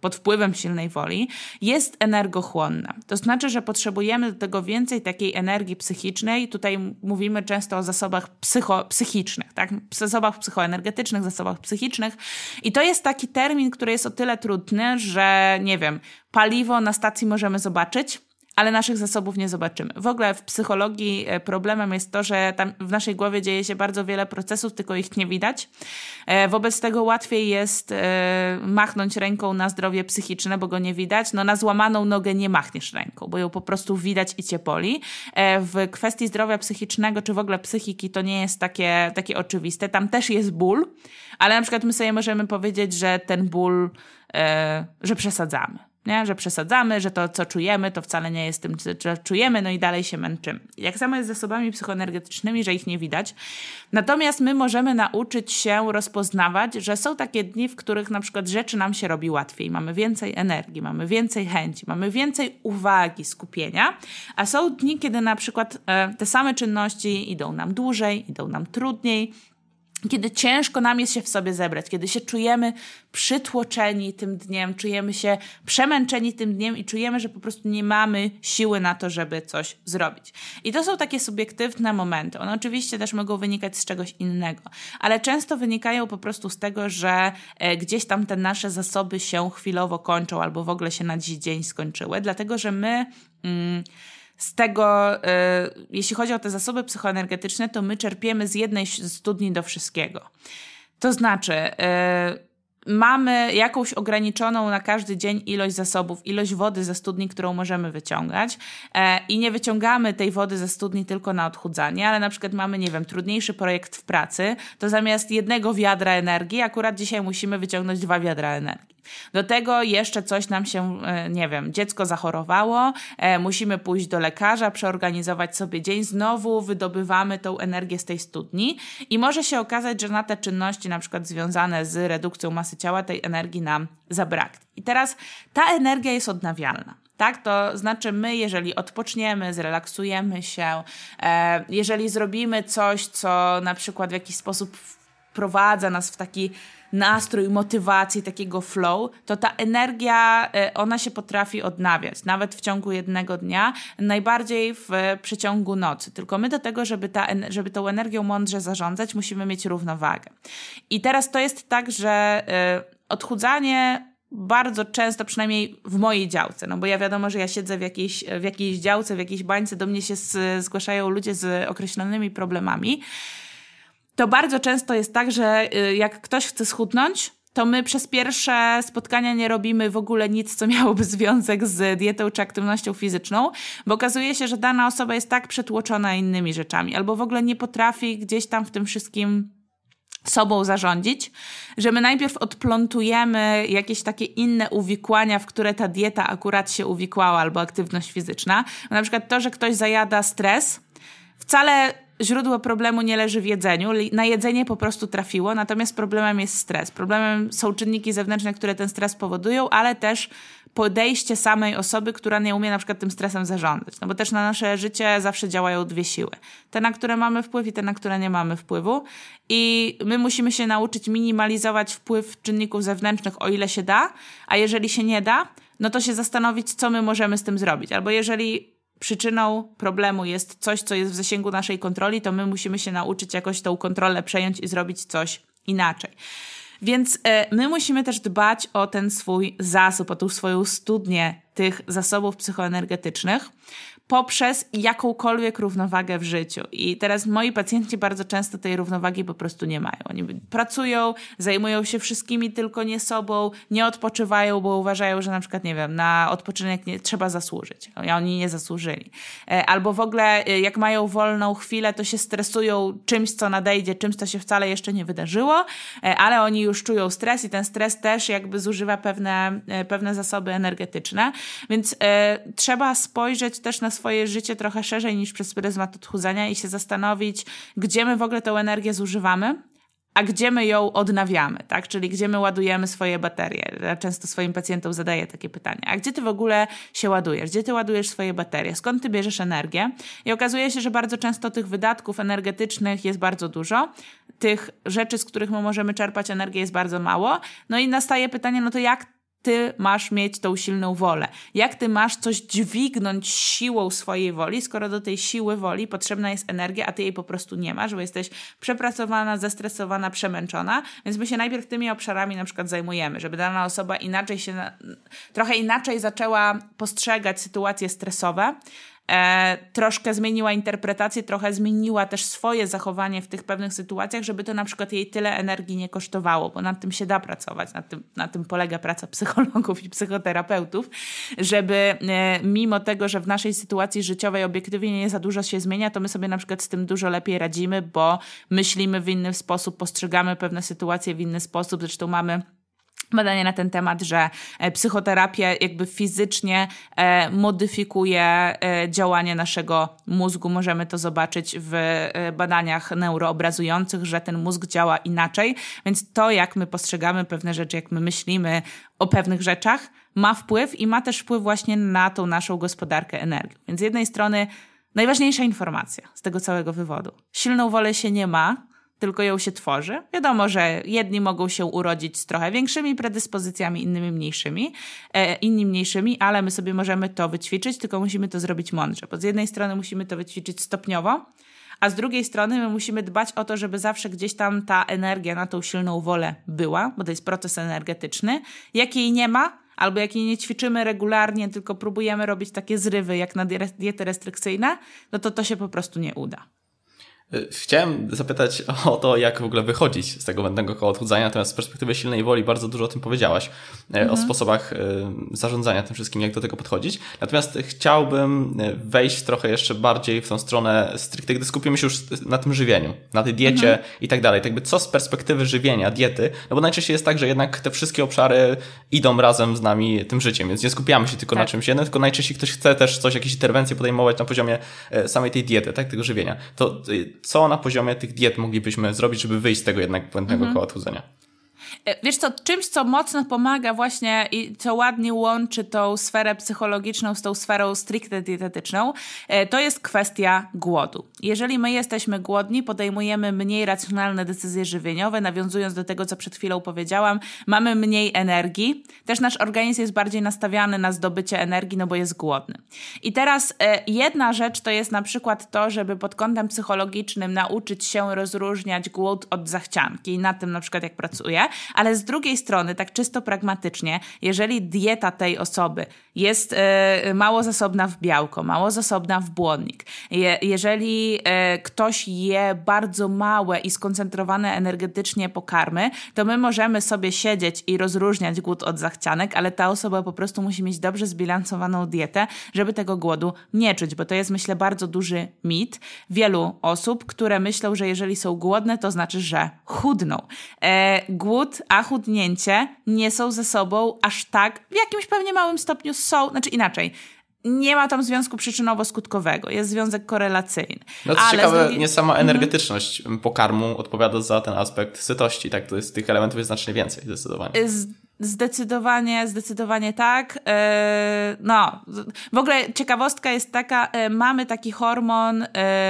pod wpływem silnej woli, jest energochłonna. To znaczy, że potrzebujemy do tego więcej takiej energii psychicznej. Tutaj mówimy często o zasobach psychicznych, tak? Zasobach psychoenergetycznych, zasobach psychicznych. I to jest taki termin, który jest o tyle trudny, że nie wiem, paliwo na stacji możemy zobaczyć, ale naszych zasobów nie zobaczymy. W ogóle w psychologii problemem jest to, że tam w naszej głowie dzieje się bardzo wiele procesów, tylko ich nie widać. Wobec tego łatwiej jest machnąć ręką na zdrowie psychiczne, bo go nie widać. No na złamaną nogę nie machniesz ręką, bo ją po prostu widać i cię boli. W kwestii zdrowia psychicznego, czy w ogóle psychiki, to nie jest takie oczywiste. Tam też jest ból, ale na przykład my sobie możemy powiedzieć, że ten ból, że przesadzamy. Nie? Że przesadzamy, że to, co czujemy, to wcale nie jest tym, co czujemy, no i dalej się męczymy. Jak samo jest z zasobami psychoenergetycznymi, że ich nie widać. Natomiast my możemy nauczyć się rozpoznawać, że są takie dni, w których na przykład rzeczy nam się robi łatwiej. Mamy więcej energii, mamy więcej chęci, mamy więcej uwagi, skupienia, a są dni, kiedy na przykład te same czynności idą nam dłużej, idą nam trudniej, kiedy ciężko nam jest się w sobie zebrać, kiedy się czujemy przytłoczeni tym dniem, czujemy się przemęczeni tym dniem i czujemy, że po prostu nie mamy siły na to, żeby coś zrobić. I to są takie subiektywne momenty. One oczywiście też mogą wynikać z czegoś innego, ale często wynikają po prostu z tego, że gdzieś tam te nasze zasoby się chwilowo kończą albo w ogóle się na dziś dzień skończyły, dlatego że my... Z tego, jeśli chodzi o te zasoby psychoenergetyczne, to my czerpiemy z jednej studni do wszystkiego. To znaczy, mamy jakąś ograniczoną na każdy dzień ilość zasobów, ilość wody ze studni, którą możemy wyciągać i nie wyciągamy tej wody ze studni tylko na odchudzanie, ale na przykład mamy, nie wiem, trudniejszy projekt w pracy, to zamiast jednego wiadra energii, akurat dzisiaj musimy wyciągnąć 2 wiadra energii. Do tego jeszcze coś nam się, nie wiem, dziecko zachorowało, musimy pójść do lekarza, przeorganizować sobie dzień, znowu wydobywamy tą energię z tej studni i może się okazać, że na te czynności na przykład związane z redukcją masy ciała tej energii nam zabraknie. I teraz ta energia jest odnawialna. Tak, to znaczy my, jeżeli odpoczniemy, zrelaksujemy się, jeżeli zrobimy coś, co na przykład w jakiś sposób wprowadza nas w taki nastrój, motywację, takiego flow, to ta energia, ona się potrafi odnawiać, nawet w ciągu jednego dnia, najbardziej w przeciągu nocy. Tylko my do tego, żeby tą energią mądrze zarządzać, musimy mieć równowagę. I teraz to jest tak, że odchudzanie bardzo często, przynajmniej w mojej działce, no bo ja wiadomo, że ja siedzę w jakiejś działce, w jakiejś bańce, do mnie się zgłaszają ludzie z określonymi problemami, to bardzo często jest tak, że jak ktoś chce schudnąć, to my przez pierwsze spotkania nie robimy w ogóle nic, co miałoby związek z dietą czy aktywnością fizyczną, bo okazuje się, że dana osoba jest tak przetłoczona innymi rzeczami, albo w ogóle nie potrafi gdzieś tam w tym wszystkim sobą zarządzić, że my najpierw odplątujemy jakieś takie inne uwikłania, w które ta dieta akurat się uwikłała, albo aktywność fizyczna. Na przykład to, że ktoś zajada stres, wcale źródło problemu nie leży w jedzeniu. Na jedzenie po prostu trafiło, natomiast problemem jest stres. Problemem są czynniki zewnętrzne, które ten stres powodują, ale też podejście samej osoby, która nie umie na przykład tym stresem zarządzać. No bo też na nasze życie zawsze działają 2 siły. Te, na które mamy wpływ i te, na które nie mamy wpływu. I my musimy się nauczyć minimalizować wpływ czynników zewnętrznych, o ile się da, a jeżeli się nie da, no to się zastanowić, co my możemy z tym zrobić. Albo jeżeli przyczyną problemu jest coś, co jest w zasięgu naszej kontroli, to my musimy się nauczyć jakoś tą kontrolę przejąć i zrobić coś inaczej. Więc my musimy też dbać o ten swój zasób, o tą swoją studnię tych zasobów psychoenergetycznych poprzez jakąkolwiek równowagę w życiu. I teraz moi pacjenci bardzo często tej równowagi po prostu nie mają. Oni pracują, zajmują się wszystkimi, tylko nie sobą, nie odpoczywają, bo uważają, że na przykład, nie wiem, na odpoczynek nie trzeba zasłużyć. A oni nie zasłużyli. Albo w ogóle jak mają wolną chwilę, to się stresują czymś, co nadejdzie, czymś, co się wcale jeszcze nie wydarzyło, ale oni już czują stres i ten stres też jakby zużywa pewne zasoby energetyczne. Więc trzeba spojrzeć też na swoje życie trochę szerzej niż przez pryzmat odchudzania i się zastanowić, gdzie my w ogóle tę energię zużywamy, a gdzie my ją odnawiamy, tak? Czyli gdzie my ładujemy swoje baterie. Ja często swoim pacjentom zadaję takie pytania. A gdzie ty w ogóle się ładujesz? Gdzie ty ładujesz swoje baterie? Skąd ty bierzesz energię? I okazuje się, że bardzo często tych wydatków energetycznych jest bardzo dużo. Tych rzeczy, z których my możemy czerpać energię, jest bardzo mało. No i nastaje pytanie, no to jak ty masz mieć tą silną wolę? Jak ty masz coś dźwignąć siłą swojej woli, skoro do tej siły woli potrzebna jest energia, a ty jej po prostu nie masz, bo jesteś przepracowana, zestresowana, przemęczona, więc my się najpierw tymi obszarami na przykład zajmujemy, żeby dana osoba trochę inaczej zaczęła postrzegać sytuacje stresowe, troszkę zmieniła interpretację, trochę zmieniła też swoje zachowanie w tych pewnych sytuacjach, żeby to na przykład jej tyle energii nie kosztowało, bo nad tym się da pracować, na tym polega praca psychologów i psychoterapeutów, żeby mimo tego, że w naszej sytuacji życiowej obiektywnie nie za dużo się zmienia, to my sobie na przykład z tym dużo lepiej radzimy, bo myślimy w inny sposób, postrzegamy pewne sytuacje w inny sposób, zresztą mamy badania na ten temat, że psychoterapia jakby fizycznie modyfikuje działanie naszego mózgu. Możemy to zobaczyć w badaniach neuroobrazujących, że ten mózg działa inaczej, więc to, jak my postrzegamy pewne rzeczy, jak my myślimy o pewnych rzeczach, ma wpływ i ma też wpływ właśnie na tą naszą gospodarkę energią. Więc z jednej strony najważniejsza informacja z tego całego wywodu. Silną wolę się nie ma, tylko ją się tworzy. Wiadomo, że jedni mogą się urodzić z trochę większymi predyspozycjami, inni mniejszymi, ale my sobie możemy to wyćwiczyć, tylko musimy to zrobić mądrze. Bo z jednej strony musimy to wyćwiczyć stopniowo, a z drugiej strony my musimy dbać o to, żeby zawsze gdzieś tam ta energia na tą silną wolę była, bo to jest proces energetyczny. Jak jej nie ma, albo jak jej nie ćwiczymy regularnie, tylko próbujemy robić takie zrywy jak na diety restrykcyjne, no to się po prostu nie uda. Chciałem zapytać o to, jak w ogóle wychodzić z tego błędnego koła odchudzania, natomiast z perspektywy silnej woli bardzo dużo o tym powiedziałaś, o sposobach zarządzania tym wszystkim, jak do tego podchodzić. Natomiast chciałbym wejść trochę jeszcze bardziej w tą stronę stricte, gdy skupimy się już na tym żywieniu, na tej diecie i tak dalej. Tak jakby co z perspektywy żywienia, diety, no bo najczęściej jest tak, że jednak te wszystkie obszary idą razem z nami tym życiem, więc nie skupiamy się tylko na czymś jednym, tylko najczęściej ktoś chce też jakieś interwencje podejmować na poziomie samej tej diety, tak, tego żywienia. To co na poziomie tych diet moglibyśmy zrobić, żeby wyjść z tego jednak błędnego koła odchudzania? Wiesz co, czymś, co mocno pomaga właśnie i co ładnie łączy tą sferę psychologiczną z tą sferą stricte dietetyczną, to jest kwestia głodu. Jeżeli my jesteśmy głodni, podejmujemy mniej racjonalne decyzje żywieniowe, nawiązując do tego, co przed chwilą powiedziałam, mamy mniej energii, też nasz organizm jest bardziej nastawiany na zdobycie energii, no bo jest głodny. I teraz jedna rzecz to jest na przykład to, żeby pod kątem psychologicznym nauczyć się rozróżniać głód od zachcianki i na tym na przykład jak pracuję, ale z drugiej strony, tak czysto pragmatycznie, jeżeli dieta tej osoby jest mało zasobna w białko, mało zasobna w błonnik, jeżeli ktoś je bardzo małe i skoncentrowane energetycznie pokarmy, to my możemy sobie siedzieć i rozróżniać głód od zachcianek, ale ta osoba po prostu musi mieć dobrze zbilansowaną dietę, żeby tego głodu nie czuć, bo to jest, myślę, bardzo duży mit wielu osób, które myślą, że jeżeli są głodne, to znaczy, że chudną. Głód a chudnięcie nie są ze sobą aż tak, w jakimś pewnie małym stopniu są, znaczy inaczej, nie ma tam związku przyczynowo-skutkowego, jest związek korelacyjny. No to ciekawe, nie sama energetyczność pokarmu odpowiada za ten aspekt sytości, tak? To jest, tych elementów jest znacznie więcej, zdecydowanie. Zdecydowanie tak. No, w ogóle ciekawostka jest taka, mamy taki hormon,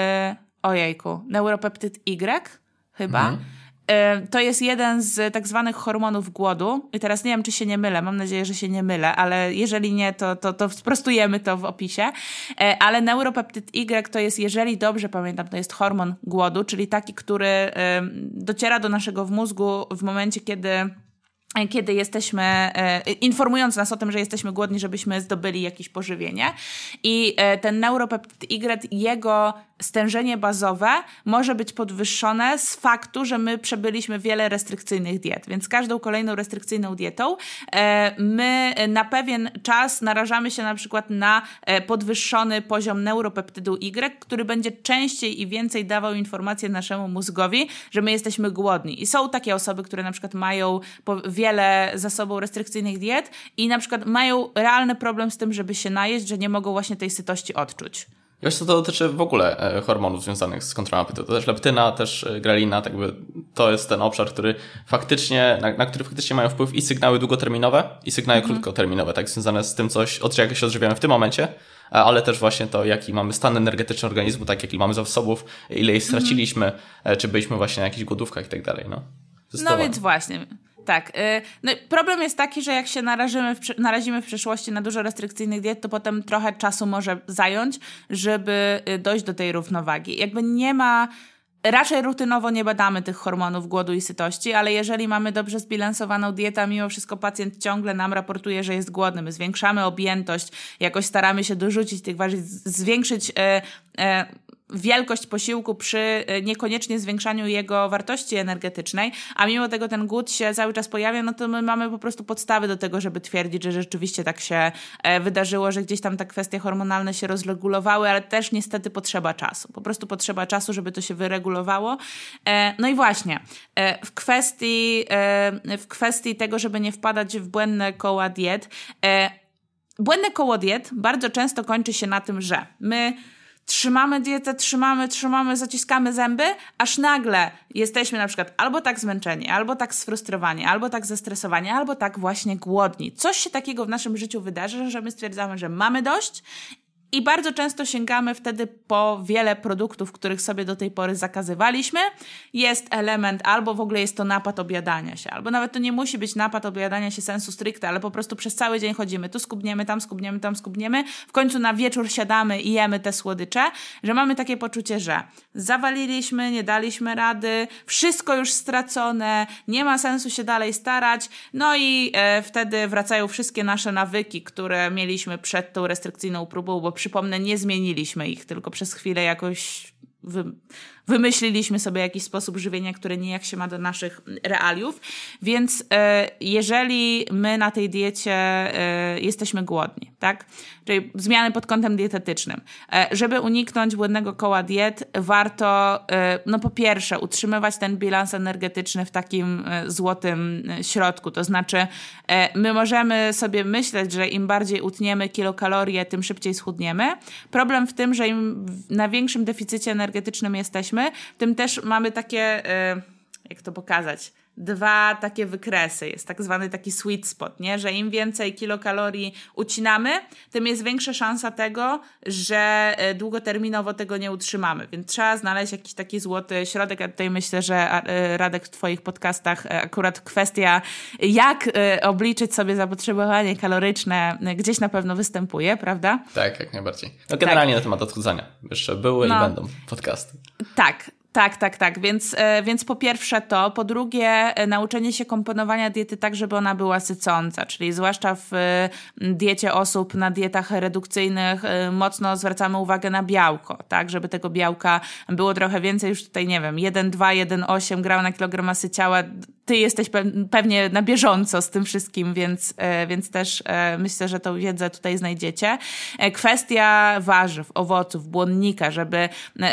neuropeptyd Y chyba, to jest jeden z tak zwanych hormonów głodu. I teraz nie wiem, czy się nie mylę. Mam nadzieję, że się nie mylę, ale jeżeli nie, to sprostujemy to w opisie. Ale neuropeptyd Y to jest, jeżeli dobrze pamiętam, to jest hormon głodu, czyli taki, który dociera do naszego mózgu w momencie, kiedy jesteśmy, informując nas o tym, że jesteśmy głodni, żebyśmy zdobyli jakieś pożywienie. I ten neuropeptyd Y, jego stężenie bazowe może być podwyższone z faktu, że my przebyliśmy wiele restrykcyjnych diet. Więc każdą kolejną restrykcyjną dietą my na pewien czas narażamy się na przykład na podwyższony poziom neuropeptydu Y, który będzie częściej i więcej dawał informacje naszemu mózgowi, że my jesteśmy głodni. I są takie osoby, które na przykład mają wiele za sobą restrykcyjnych diet i na przykład mają realny problem z tym, żeby się najeść, że nie mogą właśnie tej sytości odczuć. I wiesz co, to dotyczy w ogóle hormonów związanych z kontrolą apetytu. To też leptyna, też grelina, tak by to jest ten obszar, który faktycznie, na który faktycznie mają wpływ i sygnały długoterminowe, i sygnały krótkoterminowe, tak związane z tym, jak się odżywiamy w tym momencie, ale też właśnie to, jaki mamy stan energetyczny organizmu, tak jaki mamy zasobów, ile jej straciliśmy, czy byliśmy właśnie na jakichś głodówkach i tak dalej. No więc właśnie. Tak. No problem jest taki, że jak się narazimy w przyszłości na dużo restrykcyjnych diet, to potem trochę czasu może zająć, żeby dojść do tej równowagi. Jakby nie ma... Raczej rutynowo nie badamy tych hormonów głodu i sytości, ale jeżeli mamy dobrze zbilansowaną dietę, mimo wszystko pacjent ciągle nam raportuje, że jest głodny. My zwiększamy objętość, jakoś staramy się dorzucić tych warzyw, zwiększyć wielkość posiłku przy niekoniecznie zwiększaniu jego wartości energetycznej, a mimo tego ten głód się cały czas pojawia, no to my mamy po prostu podstawy do tego, żeby twierdzić, że rzeczywiście tak się wydarzyło, że gdzieś tam te kwestie hormonalne się rozregulowały, ale też niestety potrzeba czasu. Po prostu potrzeba czasu, żeby to się wyregulowało. No i właśnie, w kwestii tego, żeby nie wpadać w błędne koła diet, błędne koło diet bardzo często kończy się na tym, że my trzymamy dietę, trzymamy, zaciskamy zęby, aż nagle jesteśmy na przykład albo tak zmęczeni, albo tak sfrustrowani, albo tak zestresowani, albo tak właśnie głodni. Coś się takiego w naszym życiu wydarzy, że my stwierdzamy, że mamy dość i bardzo często sięgamy wtedy po wiele produktów, których sobie do tej pory zakazywaliśmy. Jest element, albo w ogóle jest to napad objadania się, albo nawet to nie musi być napad objadania się sensu stricte, ale po prostu przez cały dzień chodzimy, tu skubniemy, tam skubniemy, w końcu na wieczór siadamy i jemy te słodycze, że mamy takie poczucie, że zawaliliśmy, nie daliśmy rady, wszystko już stracone, nie ma sensu się dalej starać, no i wtedy wracają wszystkie nasze nawyki, które mieliśmy przed tą restrykcyjną próbą, bo przypomnę, nie zmieniliśmy ich, tylko przez chwilę jakoś wymyśliliśmy sobie jakiś sposób żywienia, który nijak się ma do naszych realiów. Więc jeżeli my na tej diecie jesteśmy głodni, tak? Czyli zmiany pod kątem dietetycznym. Żeby uniknąć błędnego koła diet, warto no po pierwsze utrzymywać ten bilans energetyczny w takim złotym środku. To znaczy my możemy sobie myśleć, że im bardziej utniemy kilokalorie, tym szybciej schudniemy. Problem w tym, że im na większym deficycie energetycznym jesteśmy, tym też mamy takie, jak to pokazać, dwa takie wykresy. Jest tak zwany taki sweet spot, nie? Że im więcej kilokalorii ucinamy, tym jest większa szansa tego, że długoterminowo tego nie utrzymamy. Więc trzeba znaleźć jakiś taki złoty środek. Ja tutaj myślę, że Radek w twoich podcastach akurat kwestia, jak obliczyć sobie zapotrzebowanie kaloryczne, gdzieś na pewno występuje, prawda? Tak, jak najbardziej. No generalnie tak. Na temat odchudzania. Jeszcze były i będą podcasty. Tak. Więc po pierwsze to, po drugie nauczenie się komponowania diety tak, żeby ona była sycąca, czyli zwłaszcza w diecie osób na dietach redukcyjnych mocno zwracamy uwagę na białko, tak, żeby tego białka było trochę więcej, już tutaj nie wiem, 1,2, 1,8 gram na kilogram masy ciała. Ty jesteś pewnie na bieżąco z tym wszystkim, więc też myślę, że tą wiedzę tutaj znajdziecie. Kwestia warzyw, owoców, błonnika, żeby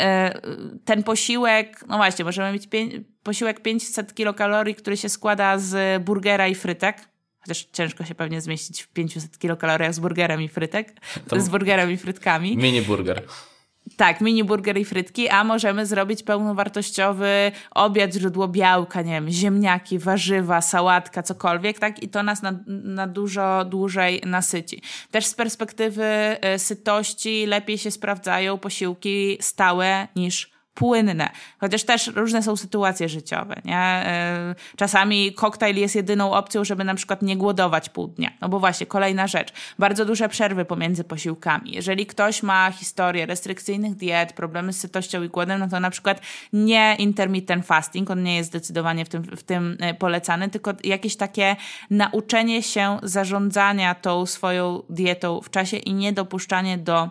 ten posiłek, no właśnie, możemy mieć posiłek 500 kilokalorii, który się składa z burgera i frytek. Chociaż ciężko się pewnie zmieścić w 500 kilokaloriach z burgerem i frytek. Z burgerem i frytkami. Mini burger. Tak, mini burger i frytki, a możemy zrobić pełnowartościowy obiad, źródło białka, nie wiem, ziemniaki, warzywa, sałatka, cokolwiek, tak? I to nas na dużo dłużej nasyci. Też z perspektywy sytości lepiej się sprawdzają posiłki stałe niż płynne. Chociaż też różne są sytuacje życiowe, nie? Czasami koktajl jest jedyną opcją, żeby na przykład nie głodować pół dnia. No bo właśnie, kolejna rzecz. Bardzo duże przerwy pomiędzy posiłkami. Jeżeli ktoś ma historię restrykcyjnych diet, problemy z sytością i głodem, no to na przykład nie intermittent fasting, on nie jest zdecydowanie w tym polecany, tylko jakieś takie nauczenie się zarządzania tą swoją dietą w czasie i niedopuszczanie do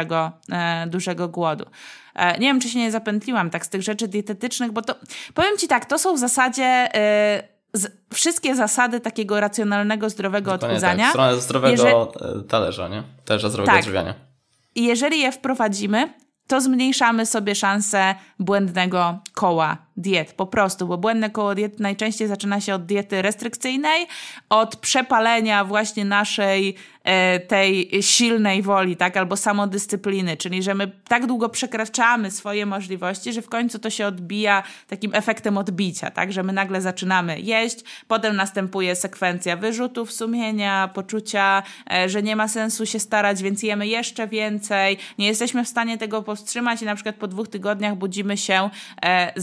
dużego głodu. Nie wiem, czy się nie zapętliłam tak z tych rzeczy dietetycznych, bo to, powiem ci tak, to są w zasadzie wszystkie zasady takiego racjonalnego, zdrowego odchudzania. Tak, w stronę zdrowego talerza, nie? Talerza zdrowego odżywiania. I jeżeli je wprowadzimy, to zmniejszamy sobie szansę błędnego koła diet. Po prostu, bo błędne koło diet najczęściej zaczyna się od diety restrykcyjnej, od przepalenia właśnie naszej tej silnej woli, tak, albo samodyscypliny, czyli że my tak długo przekraczamy swoje możliwości, że w końcu to się odbija takim efektem odbicia, tak, że my nagle zaczynamy jeść, potem następuje sekwencja wyrzutów sumienia, poczucia, że nie ma sensu się starać, więc jemy jeszcze więcej, nie jesteśmy w stanie tego powstrzymać i na przykład po 2 tygodniach budzimy się z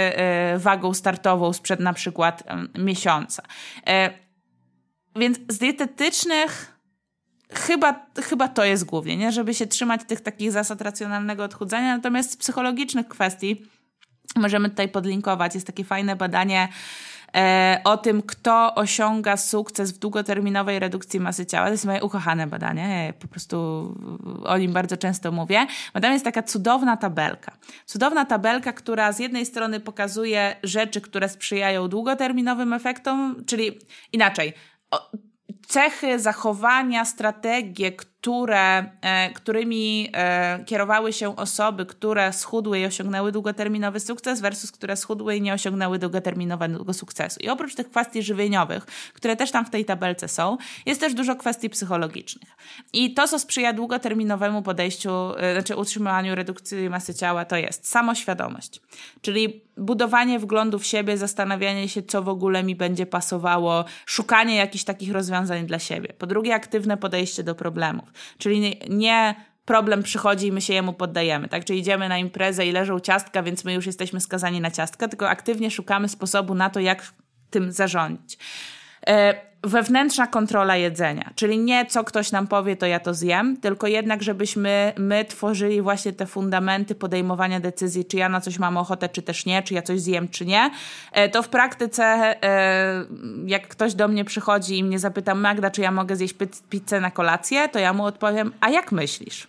wagą startową sprzed na przykład miesiąca. Więc z dietetycznych chyba to jest głównie, nie? Żeby się trzymać tych takich zasad racjonalnego odchudzania, natomiast z psychologicznych kwestii możemy tutaj podlinkować. Jest takie fajne badanie o tym, kto osiąga sukces w długoterminowej redukcji masy ciała. To jest moje ukochane badanie, ja po prostu o nim bardzo często mówię, bo tam jest taka cudowna tabelka, która z jednej strony pokazuje rzeczy, które sprzyjają długoterminowym efektom, czyli inaczej, cechy, zachowania, strategie, którymi kierowały się osoby, które schudły i osiągnęły długoterminowy sukces versus które schudły i nie osiągnęły długoterminowego sukcesu. I oprócz tych kwestii żywieniowych, które też tam w tej tabelce są, jest też dużo kwestii psychologicznych. I to, co sprzyja długoterminowemu podejściu, znaczy utrzymywaniu redukcji masy ciała, to jest samoświadomość, czyli budowanie wglądu w siebie, zastanawianie się, co w ogóle mi będzie pasowało, szukanie jakichś takich rozwiązań dla siebie. Po drugie, aktywne podejście do problemów. Czyli nie problem przychodzi i my się jemu poddajemy, tak? Czyli idziemy na imprezę i leżą ciastka, więc my już jesteśmy skazani na ciastka, tylko aktywnie szukamy sposobu na to, jak tym zarządzić. Wewnętrzna kontrola jedzenia, czyli nie co ktoś nam powie, to ja to zjem, tylko jednak żebyśmy my tworzyli właśnie te fundamenty podejmowania decyzji, czy ja na coś mam ochotę, czy też nie, czy ja coś zjem, czy nie. To w praktyce, jak ktoś do mnie przychodzi i mnie zapyta: Magda, czy ja mogę zjeść pizzę na kolację, to ja mu odpowiem: a jak myślisz?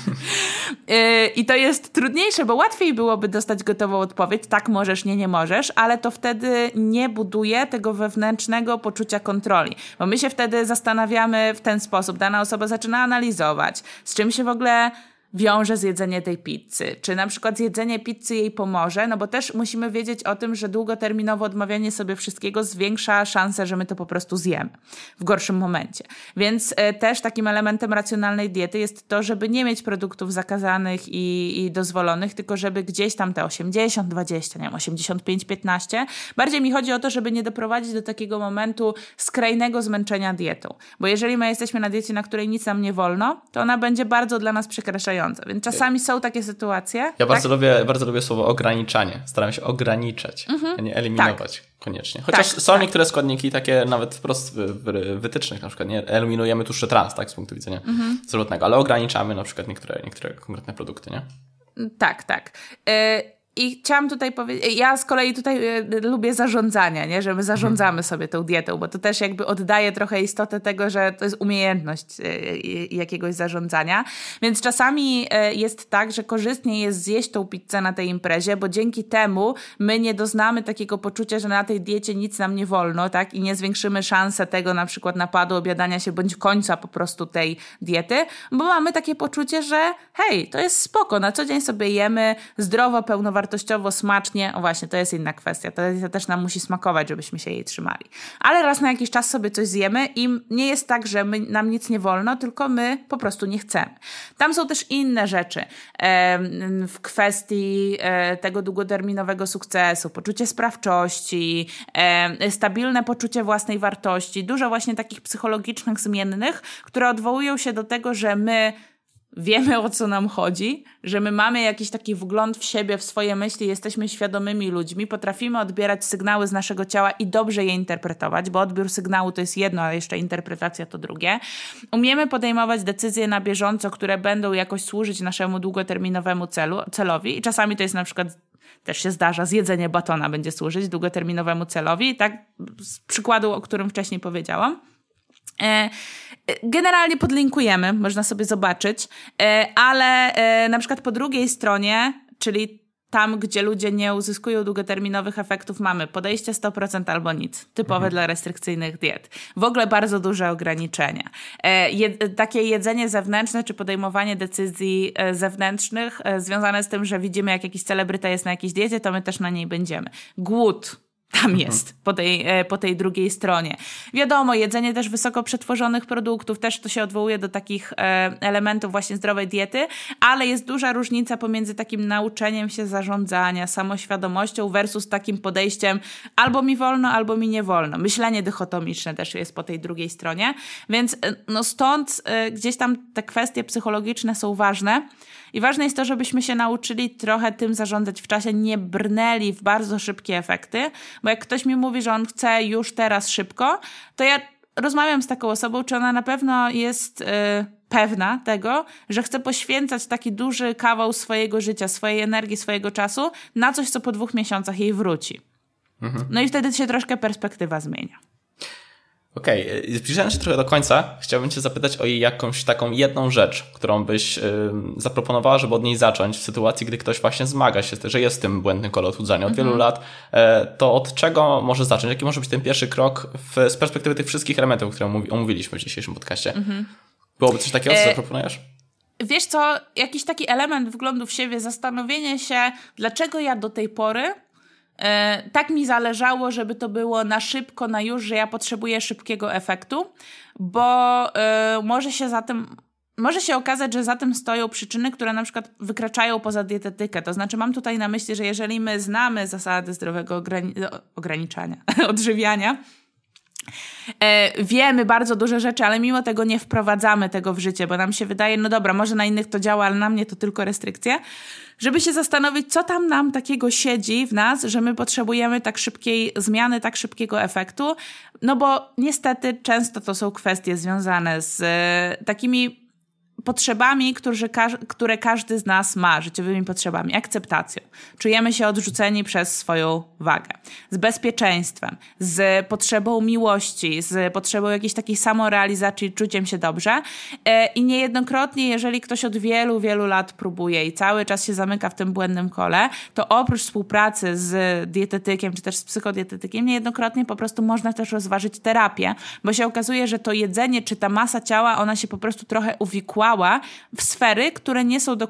I to jest trudniejsze, bo łatwiej byłoby dostać gotową odpowiedź, tak możesz, nie możesz, ale to wtedy nie buduje tego wewnętrznego poczucia kontroli, bo my się wtedy zastanawiamy w ten sposób, dana osoba zaczyna analizować, z czym się w ogóle wiąże zjedzenie tej pizzy. Czy na przykład zjedzenie pizzy jej pomoże? No bo też musimy wiedzieć o tym, że długoterminowo odmawianie sobie wszystkiego zwiększa szansę, że my to po prostu zjemy w gorszym momencie. Więc też takim elementem racjonalnej diety jest to, żeby nie mieć produktów zakazanych i dozwolonych, tylko żeby gdzieś tam te 80-20, nie wiem, 85-15. Bardziej mi chodzi o to, żeby nie doprowadzić do takiego momentu skrajnego zmęczenia dietą. Bo jeżeli my jesteśmy na diecie, na której nic nam nie wolno, to ona będzie bardzo dla nas przekraczająca. Więc czasami są takie sytuacje. Ja bardzo lubię słowo ograniczanie. Staram się ograniczać, a nie eliminować koniecznie. Chociaż są niektóre składniki takie nawet wprost w wytycznych, na przykład nie eliminujemy tłuszczy trans, tak, z punktu widzenia zdrowotnego, ale ograniczamy na przykład niektóre konkretne produkty, nie? Tak. I chciałam tutaj powiedzieć, ja z kolei tutaj lubię zarządzanie, nie? Że my zarządzamy sobie tą dietą, bo to też jakby oddaje trochę istotę tego, że to jest umiejętność jakiegoś zarządzania. Więc czasami jest tak, że korzystnie jest zjeść tą pizzę na tej imprezie, bo dzięki temu my nie doznamy takiego poczucia, że na tej diecie nic nam nie wolno, tak? I nie zwiększymy szansę tego na przykład napadu, obiadania się bądź końca po prostu tej diety, bo mamy takie poczucie, że hej, to jest spoko, na co dzień sobie jemy zdrowo, pełnowartościowo, smacznie. O właśnie, to jest inna kwestia. To też nam musi smakować, żebyśmy się jej trzymali. Ale raz na jakiś czas sobie coś zjemy i nie jest tak, że nam nic nie wolno, tylko my po prostu nie chcemy. Tam są też inne rzeczy w kwestii tego długoterminowego sukcesu, poczucie sprawczości, stabilne poczucie własnej wartości, dużo właśnie takich psychologicznych zmiennych, które odwołują się do tego, że my wiemy, o co nam chodzi, że my mamy jakiś taki wgląd w siebie, w swoje myśli, jesteśmy świadomymi ludźmi, potrafimy odbierać sygnały z naszego ciała i dobrze je interpretować, bo odbiór sygnału to jest jedno, a jeszcze interpretacja to drugie. Umiemy podejmować decyzje na bieżąco, które będą jakoś służyć naszemu długoterminowemu celowi i czasami to jest na przykład, też się zdarza, zjedzenie batona będzie służyć długoterminowemu celowi, tak z przykładu, o którym wcześniej powiedziałam. Generalnie podlinkujemy, można sobie zobaczyć, ale na przykład po drugiej stronie, czyli tam, gdzie ludzie nie uzyskują długoterminowych efektów, mamy podejście 100% albo nic, typowe dla restrykcyjnych diet. W ogóle bardzo duże ograniczenia. Takie jedzenie zewnętrzne, czy podejmowanie decyzji zewnętrznych związane z tym, że widzimy, jak jakiś celebryta jest na jakiejś diecie, to my też na niej będziemy. Głód. tam jest po tej drugiej stronie. Wiadomo, jedzenie też wysoko przetworzonych produktów, też to się odwołuje do takich elementów właśnie zdrowej diety, ale jest duża różnica pomiędzy takim nauczeniem się zarządzania, samoświadomością versus takim podejściem albo mi wolno, albo mi nie wolno. Myślenie dychotomiczne też jest po tej drugiej stronie, więc no stąd gdzieś tam te kwestie psychologiczne są ważne. I ważne jest to, żebyśmy się nauczyli trochę tym zarządzać w czasie, nie brnęli w bardzo szybkie efekty, bo jak ktoś mi mówi, że on chce już teraz szybko, to ja rozmawiam z taką osobą, czy ona na pewno jest pewna tego, że chce poświęcać taki duży kawał swojego życia, swojej energii, swojego czasu na coś, co po 2 miesiącach jej wróci. No i wtedy się troszkę perspektywa zmienia. Okej, zbliżając się trochę do końca, chciałbym cię zapytać o jakąś taką jedną rzecz, którą byś zaproponowała, żeby od niej zacząć w sytuacji, gdy ktoś właśnie zmaga się, że jest w tym błędnym kole odchudzania od wielu lat. To od czego może zacząć? Jaki może być ten pierwszy krok z perspektywy tych wszystkich elementów, które omówiliśmy w dzisiejszym podcaście? Byłoby coś takiego, co zaproponujesz? Wiesz co, jakiś taki element wglądu w siebie, zastanowienie się, dlaczego ja do tej pory tak mi zależało, żeby to było na szybko, na już, że ja potrzebuję szybkiego efektu, bo może się okazać, że za tym stoją przyczyny, które na przykład wykraczają poza dietetykę. To znaczy mam tutaj na myśli, że jeżeli my znamy zasady zdrowego ograniczania, odżywiania, wiemy bardzo duże rzeczy, ale mimo tego nie wprowadzamy tego w życie, bo nam się wydaje, no dobra, może na innych to działa, ale na mnie to tylko restrykcje, żeby się zastanowić, co tam nam takiego siedzi w nas, że my potrzebujemy tak szybkiej zmiany, tak szybkiego efektu, no bo niestety często to są kwestie związane z takimi potrzebami, które każdy z nas ma, życiowymi potrzebami, akceptacją. Czujemy się odrzuceni przez swoją wagę, z bezpieczeństwem, z potrzebą miłości, z potrzebą jakiejś takiej samorealizacji, czuciem się dobrze. I niejednokrotnie, jeżeli ktoś od wielu, wielu lat próbuje i cały czas się zamyka w tym błędnym kole, to oprócz współpracy z dietetykiem, czy też z psychodietetykiem, niejednokrotnie po prostu można też rozważyć terapię, bo się okazuje, że to jedzenie, czy ta masa ciała, ona się po prostu trochę uwikłała w sfery, które nie są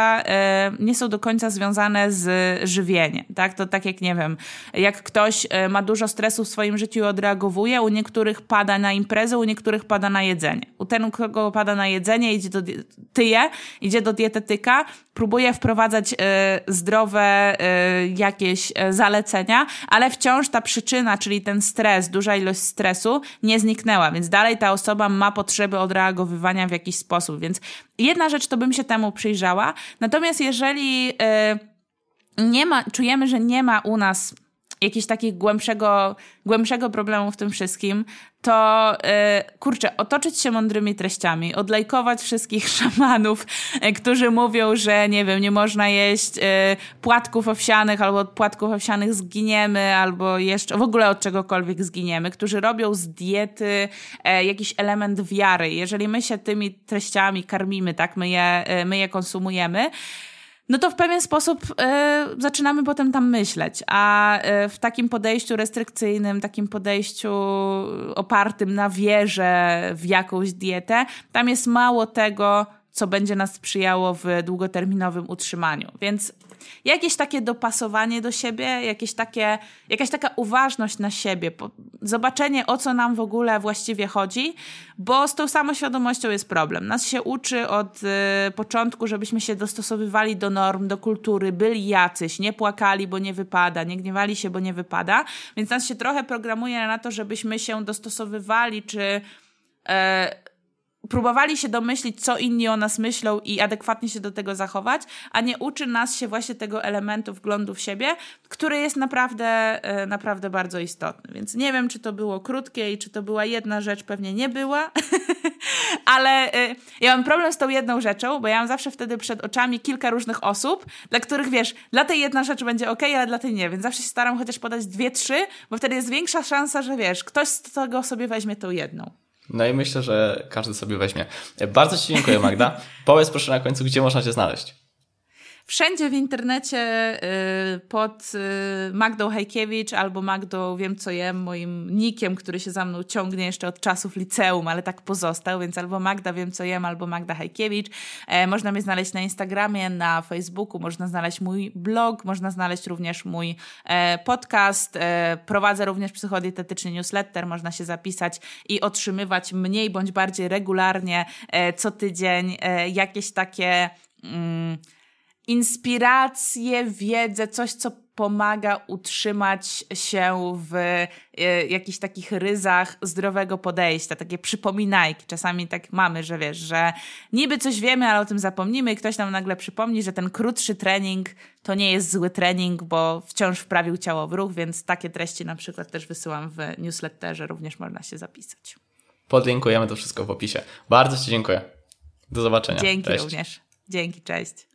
do końca związane z żywieniem. Tak? To tak jak, nie wiem, jak ktoś ma dużo stresu w swoim życiu i odreagowuje, u niektórych pada na imprezę, u niektórych pada na jedzenie. U ten, kogo pada na jedzenie, idzie do dietetyka, próbuje wprowadzać zdrowe jakieś zalecenia, ale wciąż ta przyczyna, czyli ten stres, duża ilość stresu nie zniknęła, więc dalej ta osoba ma potrzeby odreagowywania w jakiś sposób, więc jedna rzecz to bym się temu przyjrzała, natomiast jeżeli czujemy, że nie ma u nas jakiegoś takiego głębszego problemu w tym wszystkim, to otoczyć się mądrymi treściami, odlajkować wszystkich szamanów, którzy mówią, że nie wiem, nie można jeść płatków owsianych, albo od płatków owsianych zginiemy, albo jeszcze w ogóle od czegokolwiek zginiemy, którzy robią z diety jakiś element wiary. Jeżeli my się tymi treściami karmimy, tak, my je konsumujemy, no to w pewien sposób zaczynamy potem tam myśleć, a w takim podejściu restrykcyjnym, takim podejściu opartym na wierze w jakąś dietę, tam jest mało tego, co będzie nas sprzyjało w długoterminowym utrzymaniu. Więc jakieś takie dopasowanie do siebie, jakaś taka uważność na siebie, zobaczenie, o co nam w ogóle właściwie chodzi, bo z tą samoświadomością jest problem. Nas się uczy od początku, żebyśmy się dostosowywali do norm, do kultury, byli jacyś, nie płakali, bo nie wypada, nie gniewali się, bo nie wypada, więc nas się trochę programuje na to, żebyśmy się dostosowywali, czy próbowali się domyślić, co inni o nas myślą i adekwatnie się do tego zachować, a nie uczy nas się właśnie tego elementu wglądu w siebie, który jest naprawdę bardzo istotny. Więc nie wiem, czy to było krótkie i czy to była jedna rzecz, pewnie nie była, ale ja mam problem z tą jedną rzeczą, bo ja mam zawsze wtedy przed oczami kilka różnych osób, dla których, wiesz, dla tej jedna rzecz będzie okej, ale dla tej nie, więc zawsze się staram chociaż podać 2-3, bo wtedy jest większa szansa, że wiesz, ktoś z tego sobie weźmie tą jedną. No i myślę, że każdy sobie weźmie. Bardzo Ci dziękuję, Magda. Powiedz proszę na końcu, gdzie można Cię znaleźć. Wszędzie w internecie pod Magdą Hajkiewicz albo Magdą Wiem Co Jem, moim nickiem, który się za mną ciągnie jeszcze od czasów liceum, ale tak pozostał, więc albo Magda Wiem Co Jem, albo Magda Hajkiewicz. Można mnie znaleźć na Instagramie, na Facebooku, można znaleźć mój blog, można znaleźć również mój podcast. Prowadzę również psychodietetyczny newsletter, można się zapisać i otrzymywać mniej bądź bardziej regularnie co tydzień jakieś takie inspiracje, wiedzę, coś, co pomaga utrzymać się w jakichś takich ryzach zdrowego podejścia, takie przypominajki. Czasami tak mamy, że wiesz, że niby coś wiemy, ale o tym zapomnimy i ktoś nam nagle przypomni, że ten krótszy trening to nie jest zły trening, bo wciąż wprawił ciało w ruch, więc takie treści na przykład też wysyłam w newsletterze, również można się zapisać. Podlinkujemy to wszystko w opisie. Bardzo Ci dziękuję. Do zobaczenia. Dzięki Cześć. również. Dzięki, cześć.